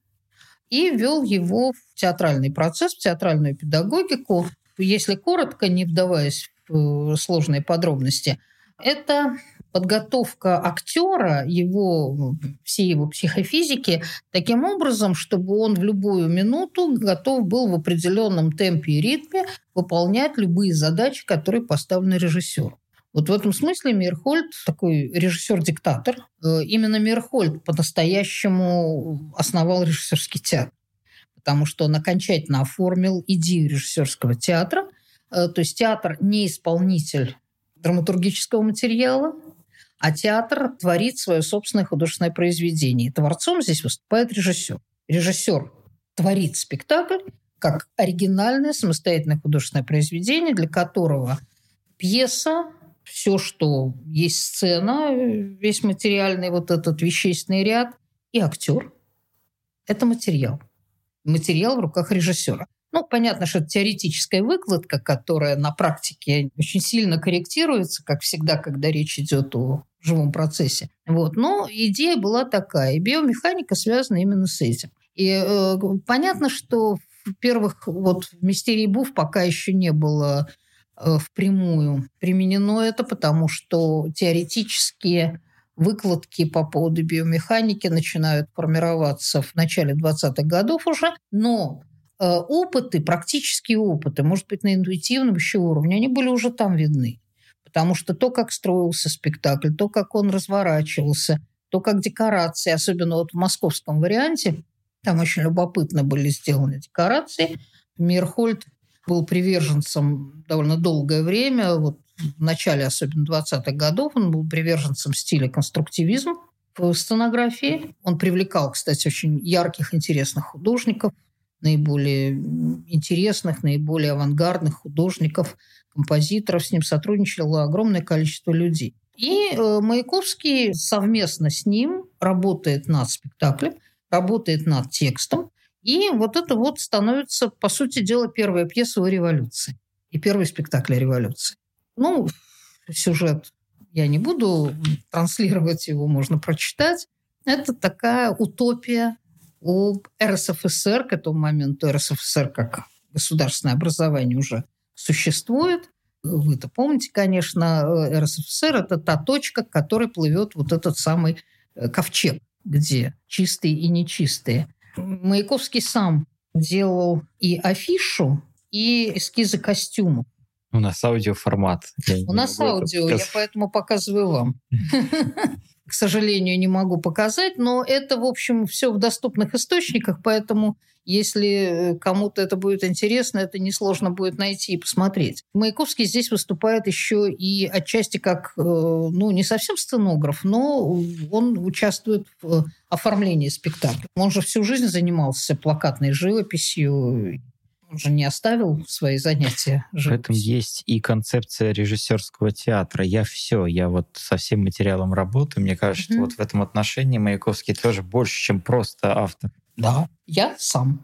и ввел его в театральный процесс, в театральную педагогику. Если коротко, не вдаваясь в сложные подробности, это подготовка актера, его, всей его психофизики, таким образом, чтобы он в любую минуту готов был в определенном темпе и ритме выполнять любые задачи, которые поставлены режиссеру. Вот в этом смысле Мейерхольд такой режиссер-диктатор. Именно Мейерхольд по-настоящему основал режиссерский театр, потому что он окончательно оформил идею режиссерского театра. То есть театр не исполнитель драматургического материала, а театр творит свое собственное художественное произведение. И творцом здесь выступает режиссер. Режиссер творит спектакль как оригинальное самостоятельное художественное произведение, для которого пьеса, все, что есть сцена, весь материальный вот этот вещественный ряд, и актер – это материал. Материал в руках режиссера. Ну, понятно, что это теоретическая выкладка, которая на практике очень сильно корректируется, как всегда, когда речь идет о живом процессе. Вот. Но идея была такая, и биомеханика связана именно с этим. И э, понятно, что, во-первых, вот в «Мистерии Буф» пока еще не было э, впрямую применено это, потому что теоретические выкладки по поводу биомеханики начинают формироваться в начале двадцатых годов уже, но опыты, практические опыты, может быть, на интуитивном еще уровне, они были уже там видны. Потому что то, как строился спектакль, то, как он разворачивался, то, как декорации, особенно вот в московском варианте, там очень любопытно были сделаны декорации. Мейерхольд был приверженцем довольно долгое время, вот в начале особенно двадцатых годов, он был приверженцем стиля конструктивизм в сценографии. Он привлекал, кстати, очень ярких, интересных художников, наиболее интересных, наиболее авангардных художников, композиторов. С ним сотрудничало огромное количество людей. И э, Маяковский совместно с ним работает над спектаклем, работает над текстом. И вот это вот становится, по сути дела, первая пьеса о революции. И первый спектакль о революции. Ну, сюжет я не буду транслировать, его можно прочитать. Это такая утопия об РСФСР. К этому моменту РСФСР как государственное образование уже существует. Вы-то помните, конечно, РСФСР – это та точка, к которой плывет вот этот самый ковчег, где чистые и нечистые. Маяковский сам делал и афишу, и эскизы костюмов. У нас аудиоформат. У нас аудио, я поэтому показываю вам. К сожалению, не могу показать, но это, в общем, все в доступных источниках, поэтому если кому-то это будет интересно, это несложно будет найти и посмотреть. Маяковский здесь выступает еще и отчасти как, ну, не совсем сценограф, но он участвует в оформлении спектакля. Он же всю жизнь занимался плакатной живописью. Он же не оставил свои занятия живописью. В этом есть и концепция режиссерского театра. Я все, я вот со всем материалом работаю. Мне кажется, mm-hmm. что вот в этом отношении Маяковский тоже больше, чем просто автор. Да, я сам.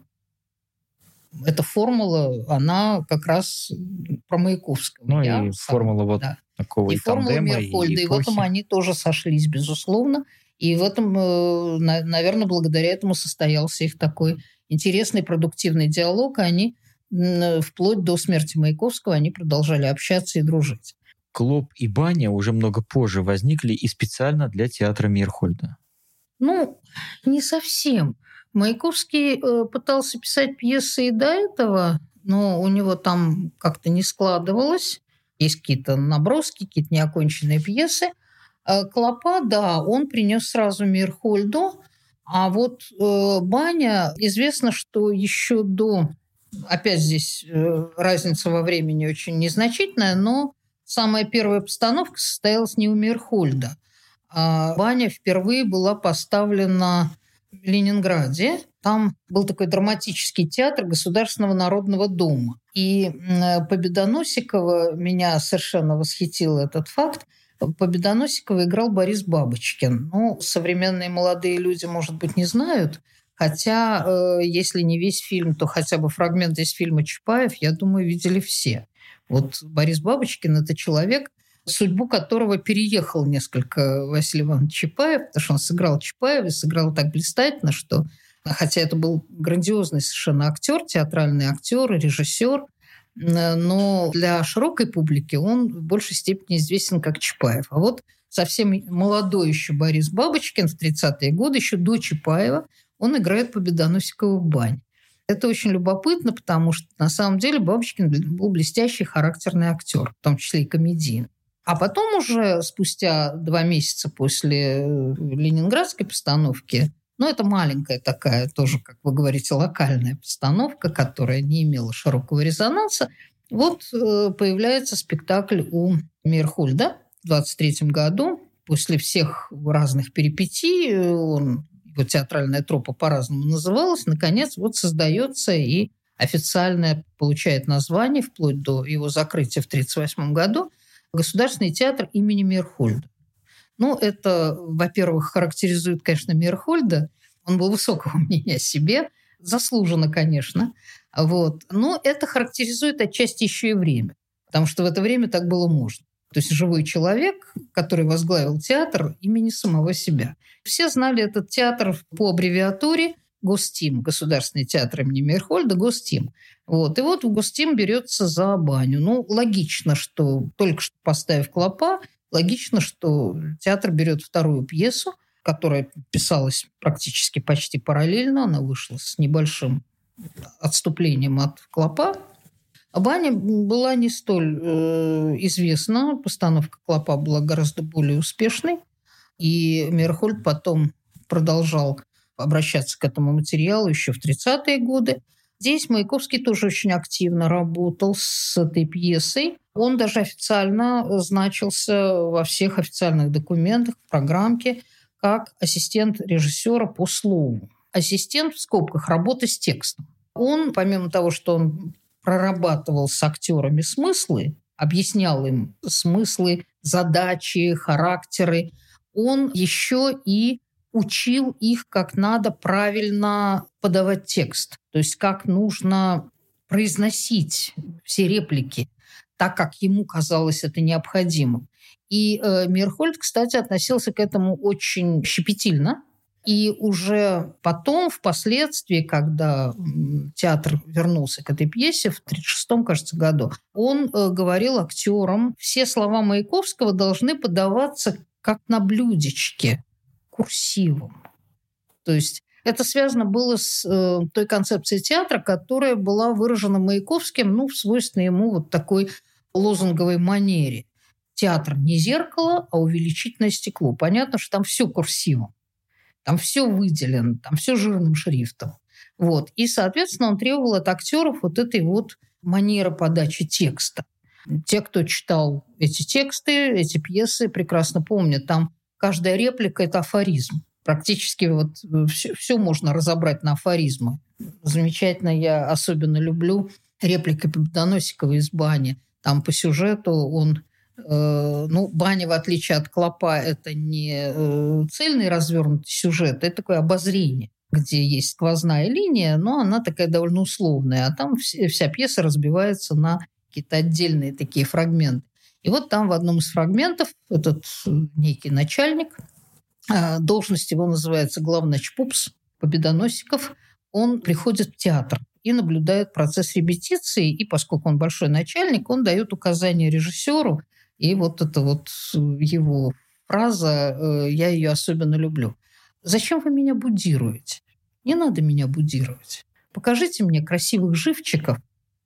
Эта формула, она как раз про Маяковского. Ну я и сам, формула вот да. такого и, и формула Мейерхольда, и в этом они тоже сошлись, безусловно. И в этом, наверное, благодаря этому состоялся их такой интересный, продуктивный диалог, и они вплоть до смерти Маяковского они продолжали общаться и дружить. Клоп и баня уже много позже возникли и специально для театра Мейерхольда. Ну, не совсем. Маяковский э, пытался писать пьесы и до этого, но у него там как-то не складывалось. Есть какие-то наброски, какие-то неоконченные пьесы. Э, Клопа, да, он принес сразу Мейерхольду. А вот э, баня, известно, что еще до опять здесь разница во времени очень незначительная, но самая первая постановка состоялась не у Мейерхольда. А баня впервые была поставлена в Ленинграде. Там был такой драматический театр Государственного народного дома. И Победоносикова, меня совершенно восхитил этот факт, Победоносикова играл Борис Бабочкин. Ну, современные молодые люди, может быть, не знают, хотя, э, если не весь фильм, то хотя бы фрагмент из фильма «Чапаев», я думаю, видели все. Вот Борис Бабочкин – это человек, судьбу которого переехал несколько Василий Иванович Чапаев, потому что он сыграл Чапаева и сыграл так блистательно, что, хотя это был грандиозный совершенно актер, театральный актер, режиссер, но для широкой публики он в большей степени известен как Чапаев. А вот совсем молодой еще Борис Бабочкин в тридцатые годы, еще до Чапаева, он играет Победоносикова в бане. Это очень любопытно, потому что на самом деле Бабочкин был блестящий характерный актер, в том числе и комедийный. А потом уже спустя два месяца после ленинградской постановки, ну, это маленькая такая, тоже, как вы говорите, локальная постановка, которая не имела широкого резонанса, вот э, появляется спектакль у Мейерхольда в двадцать третьем году. После всех разных перипетий, он, его театральная труппа по-разному называлась, наконец вот создается и официально получает название, вплоть до его закрытия в тридцать восьмом году, Государственный театр имени Мейерхольда. Ну, это, во-первых, характеризует, конечно, Мейерхольда. Он был высокого мнения о себе, заслуженно, конечно. Вот. Но это характеризует отчасти еще и время, потому что в это время так было можно. То есть живой человек, который возглавил театр имени самого себя. Все знали этот театр по аббревиатуре Гостим, Государственный театр имени Мейерхольда, Гостим. Вот. И вот в Гостим берется за баню. Ну, логично, что только что поставив клопа, логично, что театр берет вторую пьесу, которая писалась практически почти параллельно. Она вышла с небольшим отступлением от клопа. А баня была не столь э, известна. Постановка клопа была гораздо более успешной. И Мейерхольд потом продолжал обращаться к этому материалу еще в тридцатые годы. Здесь Маяковский тоже очень активно работал с этой пьесой. Он даже официально значился во всех официальных документах, в программке, как ассистент режиссера по слову. Ассистент, в скобках, работа с текстом. Он, помимо того, что он прорабатывал с актерами смыслы, объяснял им смыслы, задачи, характеры, он еще и учил их, как надо правильно подавать текст. То есть как нужно произносить все реплики так, как ему казалось это необходимым. И э, Мейерхольд, кстати, относился к этому очень щепетильно. И уже потом, впоследствии, когда театр вернулся к этой пьесе в тридцать шестом, кажется, году, он э, говорил актерам, все слова Маяковского должны подаваться как на блюдечке, курсивом. То есть это связано было с э, той концепцией театра, которая была выражена Маяковским, ну, в свойственной ему вот такой лозунговой манере. Театр не зеркало, а увеличительное стекло. Понятно, что там все курсивом, там все выделено, там все жирным шрифтом. Вот. И, соответственно, он требовал от актеров вот этой вот манеры подачи текста. Те, кто читал эти тексты, эти пьесы, прекрасно помнят, там каждая реплика – это афоризм. Практически вот все, все можно разобрать на афоризмы. Замечательно, я особенно люблю реплики Победоносикова из бани. Там по сюжету он, э, ну, баня, в отличие от клопа, это не э, цельный развернутый сюжет, это такое обозрение, где есть сквозная линия, но она такая довольно условная, а там вся, вся пьеса разбивается на какие-то отдельные такие фрагменты. И вот там в одном из фрагментов этот некий начальник, должность его называется главначпупс Победоносиков, он приходит в театр и наблюдает процесс репетиции, и поскольку он большой начальник, он дает указания режиссеру, и вот эта вот его фраза, я ее особенно люблю. «Зачем вы меня будируете? Не надо меня будировать. Покажите мне красивых живчиков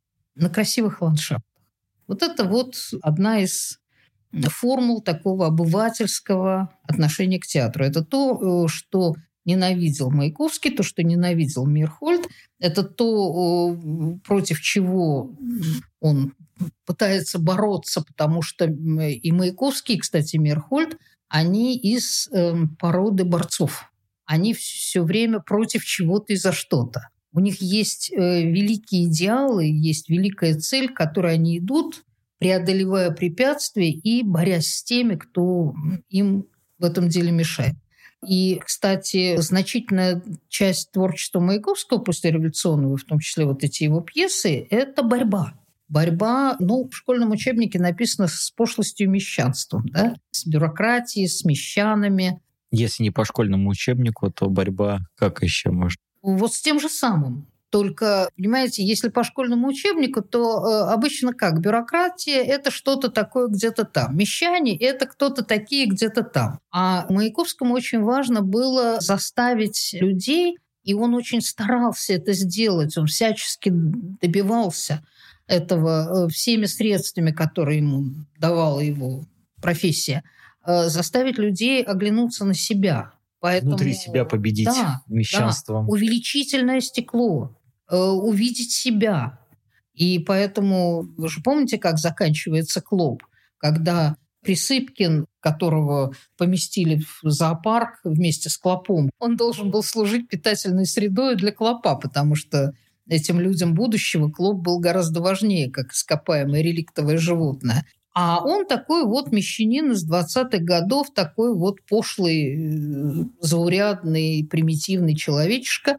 на красивых ландшафтах». Вот это вот одна из формул такого обывательского отношения к театру. Это то, что ненавидел Маяковский, то, что ненавидел Мейерхольд, это то, против чего он пытается бороться, потому что и Маяковский, и, кстати, Мейерхольд, они из э, породы борцов. Они все время против чего-то и за что-то. У них есть э, великие идеалы, есть великая цель, к которой они идут, преодолевая препятствия и борясь с теми, кто им в этом деле мешает. И, кстати, значительная часть творчества Маяковского послереволюционного, в том числе вот эти его пьесы, это борьба. Борьба, ну, в школьном учебнике написано с пошлостью и мещанством, да? С бюрократией, с мещанами. Если не по школьному учебнику, то борьба как еще может? Вот с тем же самым. Только, понимаете, если по школьному учебнику, то э, обычно как? Бюрократия – это что-то такое где-то там. Мещане – это кто-то такие где-то там. А Маяковскому очень важно было заставить людей, и он очень старался это сделать, он всячески добивался этого э, всеми средствами, которые ему давала его профессия, э, заставить людей оглянуться на себя. Поэтому, внутри себя победить да, мещанством. Да, увеличительное стекло. Увидеть себя. И поэтому, вы же помните, как заканчивается «Клоп», когда Присыпкин, которого поместили в зоопарк вместе с клопом, он должен был служить питательной средой для клопа, потому что этим людям будущего клоп был гораздо важнее, как ископаемое реликтовое животное. А он такой вот мещанин из двадцатых годов, такой вот пошлый, заурядный, примитивный человечишка,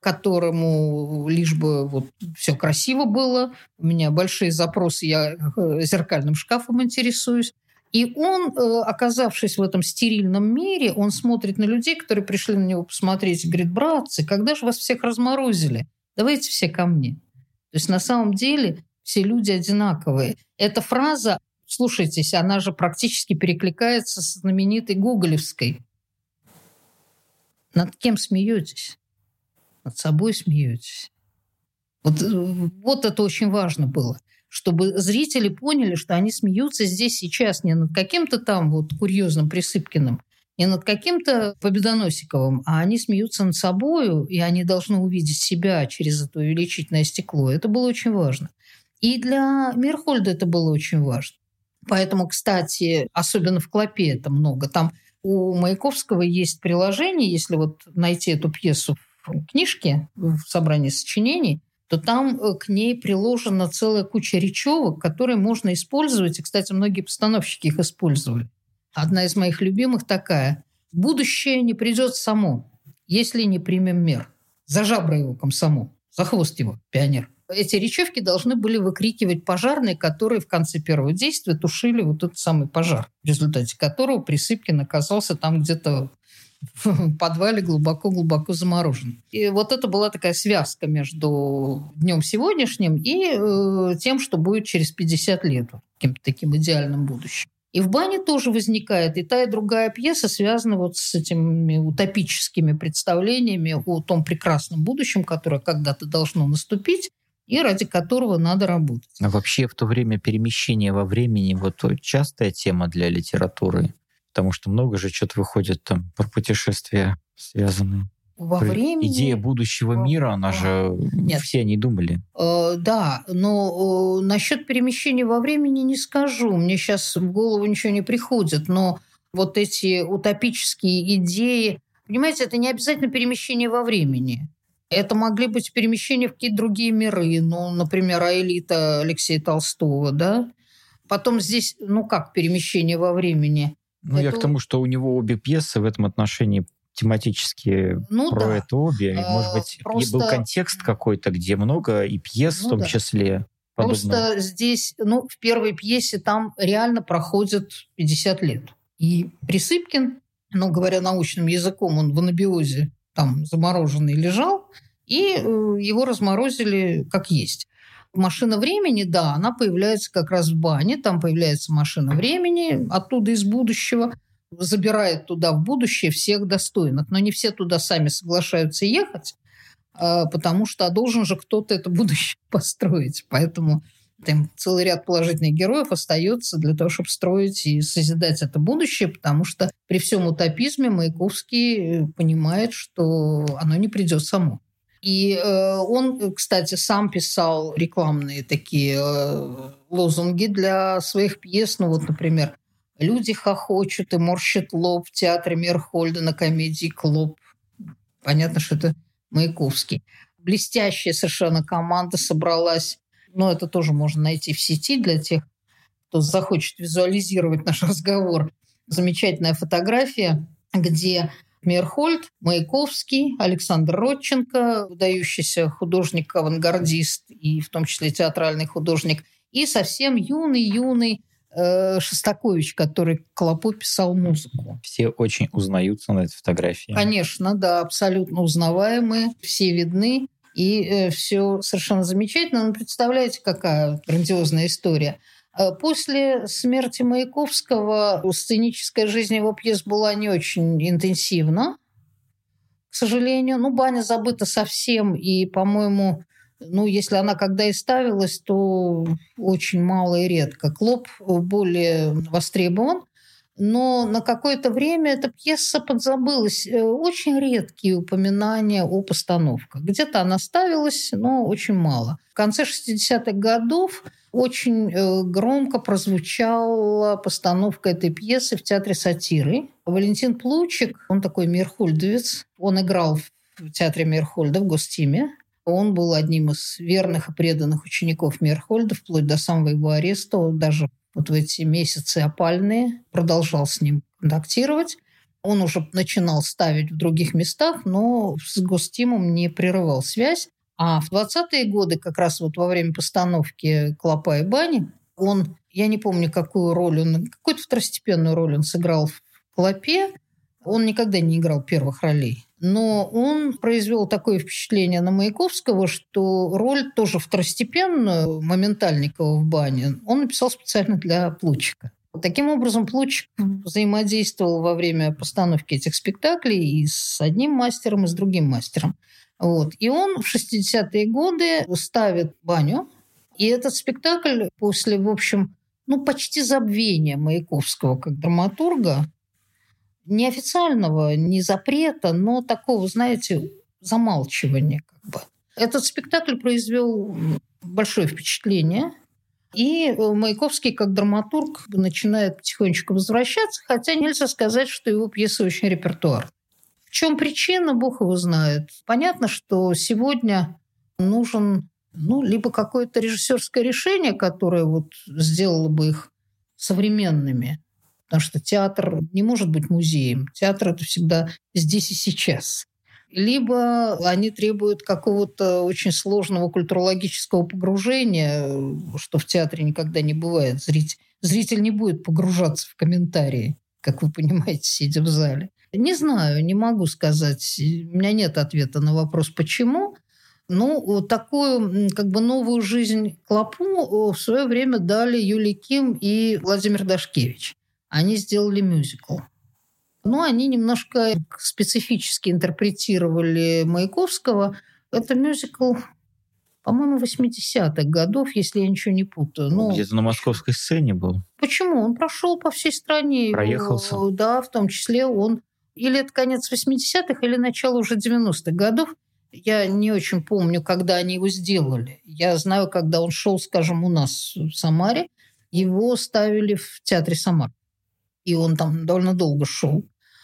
которому лишь бы вот все красиво было. У меня большие запросы, я зеркальным шкафом интересуюсь. И он, оказавшись в этом стерильном мире, он смотрит на людей, которые пришли на него посмотреть, и говорит: братцы, когда же вас всех разморозили? Давайте все ко мне. То есть на самом деле все люди одинаковые. Эта фраза, слушайтесь, она же практически перекликается с знаменитой гоголевской. Над кем смеетесь? Над собой смеетесь. Вот, вот это очень важно было, чтобы зрители поняли, что они смеются здесь сейчас не над каким-то там вот курьезным Присыпкиным, не над каким-то Победоносиковым, а они смеются над собою, и они должны увидеть себя через это увеличительное стекло. Это было очень важно. И для Мейерхольда это было очень важно. Поэтому, кстати, особенно в «Клопе» это много. Там у Маяковского есть приложение, если вот найти эту пьесу книжки в собрании сочинений, то там к ней приложена целая куча речевок, которые можно использовать. И, кстати, многие постановщики их использовали. Одна из моих любимых такая: «Будущее не придет само, если не примем мер. За жабры его комсомол, за хвост его пионер». Эти речевки должны были выкрикивать пожарные, которые в конце первого действия тушили вот этот самый пожар, в результате которого Присыпкин оказался там где-то в подвале глубоко-глубоко заморожен. И вот это была такая связка между днем сегодняшним и э, тем, что будет через пятьдесят лет, каким-то таким идеальным будущим. И в «Бане» тоже возникает и та, и другая пьеса связана вот с этими утопическими представлениями о том прекрасном будущем, которое когда-то должно наступить, и ради которого надо работать. А вообще в то время перемещение во времени вот частая тема для литературы? Потому что много же что-то выходит там про путешествия связанные. Во времени... Идея будущего мира, она же... Нет. Все не думали. Э, да, но э, насчет перемещения во времени не скажу. Мне сейчас в голову ничего не приходит. Но вот эти утопические идеи... Понимаете, это не обязательно перемещение во времени. Это могли быть перемещения в какие-то другие миры. Ну, например, «Аэлита» Алексея Толстого, да? Потом здесь, ну как перемещение во времени? Ну, это... я к тому, что у него обе пьесы в этом отношении тематически ну, про да. это обе. А, Может быть, просто... был контекст какой-то, где много и пьес ну, в том да. числе. Просто подобное. Здесь, ну, в первой пьесе там реально проходит пятьдесят лет. И Присыпкин, ну, говоря научным языком, он в анабиозе там замороженный лежал, и его разморозили как есть. Машина времени, да, она появляется как раз в «Бане», там появляется машина времени оттуда из будущего, забирает туда в будущее всех достойных. Но не все туда сами соглашаются ехать, потому что должен же кто-то это будущее построить. Поэтому Там целый ряд положительных героев остается для того, чтобы строить и созидать это будущее, потому что при всем утопизме Маяковский понимает, что оно не придет само. И э, он, кстати, сам писал рекламные такие э, лозунги для своих пьес. Ну вот, например, «Люди хохочут и морщат лоб в театре Мейерхольда на комедии «Клоп». Понятно, что это Маяковский. Блестящая совершенно команда собралась. Но это тоже можно найти в сети для тех, кто захочет визуализировать наш разговор. Замечательная фотография, где Мейерхольд, Маяковский, Александр Родченко, выдающийся художник-авангардист и в том числе театральный художник, и совсем юный-юный э, Шостакович, который к «Клопу» писал музыку. Все очень узнаются на этой фотографии. Конечно, да, абсолютно узнаваемые, все видны. И э, все совершенно замечательно. Но представляете, какая грандиозная история. После смерти Маяковского сценическая жизнь его пьес была не очень интенсивна, к сожалению. Ну, «Баня» забыта совсем. И, по-моему, ну, если она когда и ставилась, то очень мало и редко. «Клоп» более востребован. Но на какое-то время эта пьеса подзабылась. Очень редкие упоминания о постановках. Где-то она ставилась, но очень мало. В конце шестидесятых годов очень громко прозвучала постановка этой пьесы в Театре сатиры. Валентин Плучик, он такой мейерхольдовец, он играл в Театре Мейерхольда в Гостиме. Он был одним из верных и преданных учеников Мейерхольда вплоть до самого его ареста. Он даже вот в эти месяцы опальные продолжал с ним контактировать. Он уже начинал ставить в других местах, но с Гостимом не прерывал связь. А в двадцатые годы, как раз вот во время постановки «Клопа и бани», он, я не помню, какую роль он, какую-то второстепенную роль он сыграл в «Клопе». Он никогда не играл первых ролей. Но он произвел такое впечатление на Маяковского, что роль тоже второстепенную Моментальникова в «Бане» он написал специально для Плучика. Таким образом, Плучик взаимодействовал во время постановки этих спектаклей и с одним мастером, и с другим мастером. Вот. И он в шестидесятые годы ставит «Баню». И этот спектакль после, в общем, ну, почти забвения Маяковского как драматурга, неофициального, не запрета, но такого, знаете, замалчивания как бы. Этот спектакль произвел большое впечатление. И Маяковский, как драматург, начинает потихонечку возвращаться, хотя нельзя сказать, что его пьесы очень репертуарны. В чем причина, Бог его знает. Понятно, что сегодня нужен ну, либо какое-то режиссерское решение, которое вот сделало бы их современными, потому что театр не может быть музеем. Театр – это всегда здесь и сейчас. Либо они требуют какого-то очень сложного культурологического погружения, что в театре никогда не бывает. Зритель, зритель не будет погружаться в комментарии, как вы понимаете, сидя в зале. Не знаю, не могу сказать. У меня нет ответа на вопрос, почему. Ну, такую как бы новую жизнь «Клопу» в свое время дали Юлий Ким и Владимир Дашкевич. Они сделали мюзикл. Но они немножко специфически интерпретировали Маяковского. Это мюзикл, по-моему, восьмидесятых годов, если я ничего не путаю. Но... Где-то на московской сцене был. Почему? Он прошел по всей стране. Проехался. Да, в том числе он... Или это конец восьмидесятых, или начало уже девяностых годов. Я не очень помню, когда они его сделали. Я знаю, когда он шел, скажем, у нас в Самаре, его ставили в театре «Самар». И он там довольно долго шел.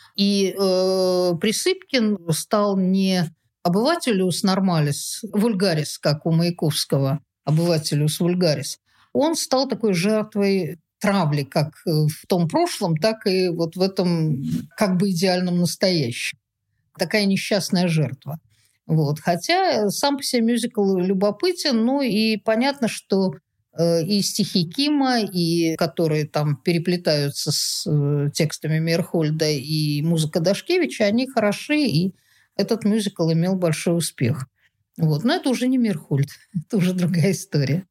И э, Присыпкин стал не обывателюс нормалис, вульгарис, как у Маяковского, обывателюс вульгарис. Он стал такой жертвой травли, как в том прошлом, так и вот в этом как бы идеальном настоящем. Такая несчастная жертва. Вот. Хотя сам по себе мюзикл любопытен, ну и понятно, что и стихи Кима, и которые там переплетаются с текстами Мейерхольда, и музыка Дашкевича, они хороши, и этот мюзикл имел большой успех. Вот. Но это уже не Мейерхольд, это уже другая история.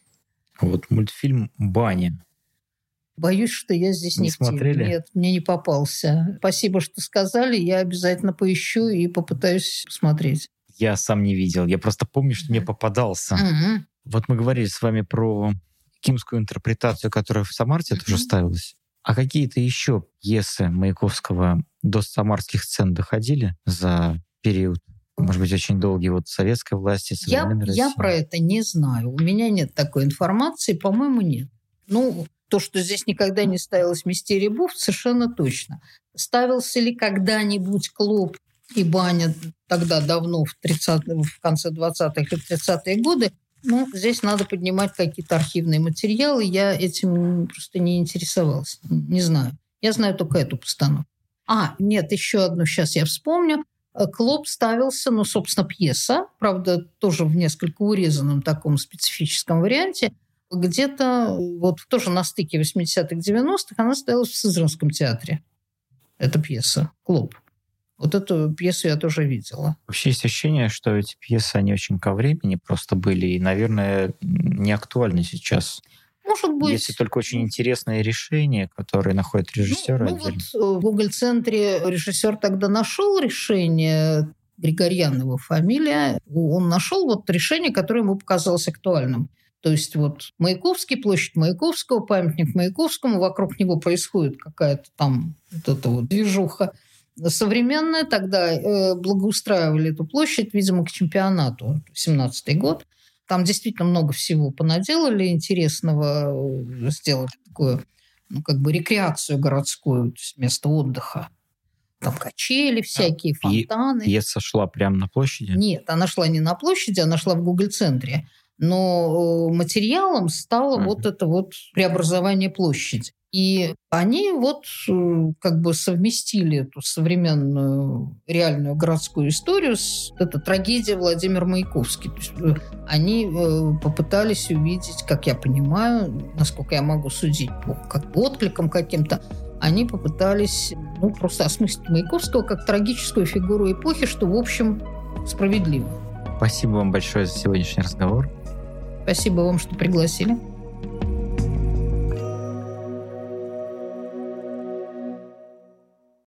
Вот мультфильм «Баня». Боюсь, что я здесь не, не в теме. смотрели? Нет, мне не попался. Спасибо, что сказали, я обязательно поищу и попытаюсь посмотреть. Я сам не видел, я просто помню, что мне попадался. Угу. Вот мы говорили с вами про кимскую интерпретацию, которая в Самарте mm-hmm. тоже ставилась. А какие-то еще пьесы Маяковского до самарских сцен доходили за период, может быть, очень долгий вот советской власти, современной России? Я про это не знаю. У меня нет такой информации, по-моему, нет. Ну, то, что здесь никогда не ставилась «Мистерия Буф», совершенно точно. Ставился ли когда-нибудь «Клоп» и «Баня» тогда давно, в, тридцатых, в конце двадцатых и тридцатые годы? Ну, здесь надо поднимать какие-то архивные материалы. Я этим просто не интересовалась. Не знаю. Я знаю только эту постановку. А, нет, еще одну сейчас я вспомню. «Клоп» ставился, ну, собственно, пьеса, правда, тоже в несколько урезанном таком специфическом варианте. Где-то вот тоже на стыке восьмидесятых девяностых она ставилась в Сызранском театре. Эта пьеса «Клоп». Вот эту пьесу я тоже видела. Вообще есть ощущение, что эти пьесы, они очень ко времени просто были и, наверное, не актуальны сейчас. Может быть. Если только очень интересные решения, которые находят режиссеры. Ну, ну вот в Гоголь-центре режиссер тогда нашел решение, Григорьян его фамилия, он нашел вот решение, которое ему показалось актуальным. То есть вот Маяковский, площадь Маяковского, памятник Маяковскому, вокруг него происходит какая-то там вот эта вот движуха современная. Тогда э, благоустраивали эту площадь, видимо, к чемпионату, семнадцатый год. Там действительно много всего понаделали интересного, сделали такую, ну, как бы рекреацию городскую, то есть место отдыха. Там качели всякие, а, фонтаны. Пьеса шла прямо на площади? Нет, она шла не на площади, она шла в Гоголь-центре. Но материалом стало mm-hmm. вот это вот преобразование площади. И они вот как бы совместили эту современную реальную городскую историю с этой трагедией Владимира Маяковский. То есть они попытались увидеть, как я понимаю, насколько я могу судить по как бы откликам каким-то, они попытались ну, просто осмыслить Маяковского как трагическую фигуру эпохи, что, в общем, справедливо. Спасибо вам большое за сегодняшний разговор. Спасибо вам, что пригласили.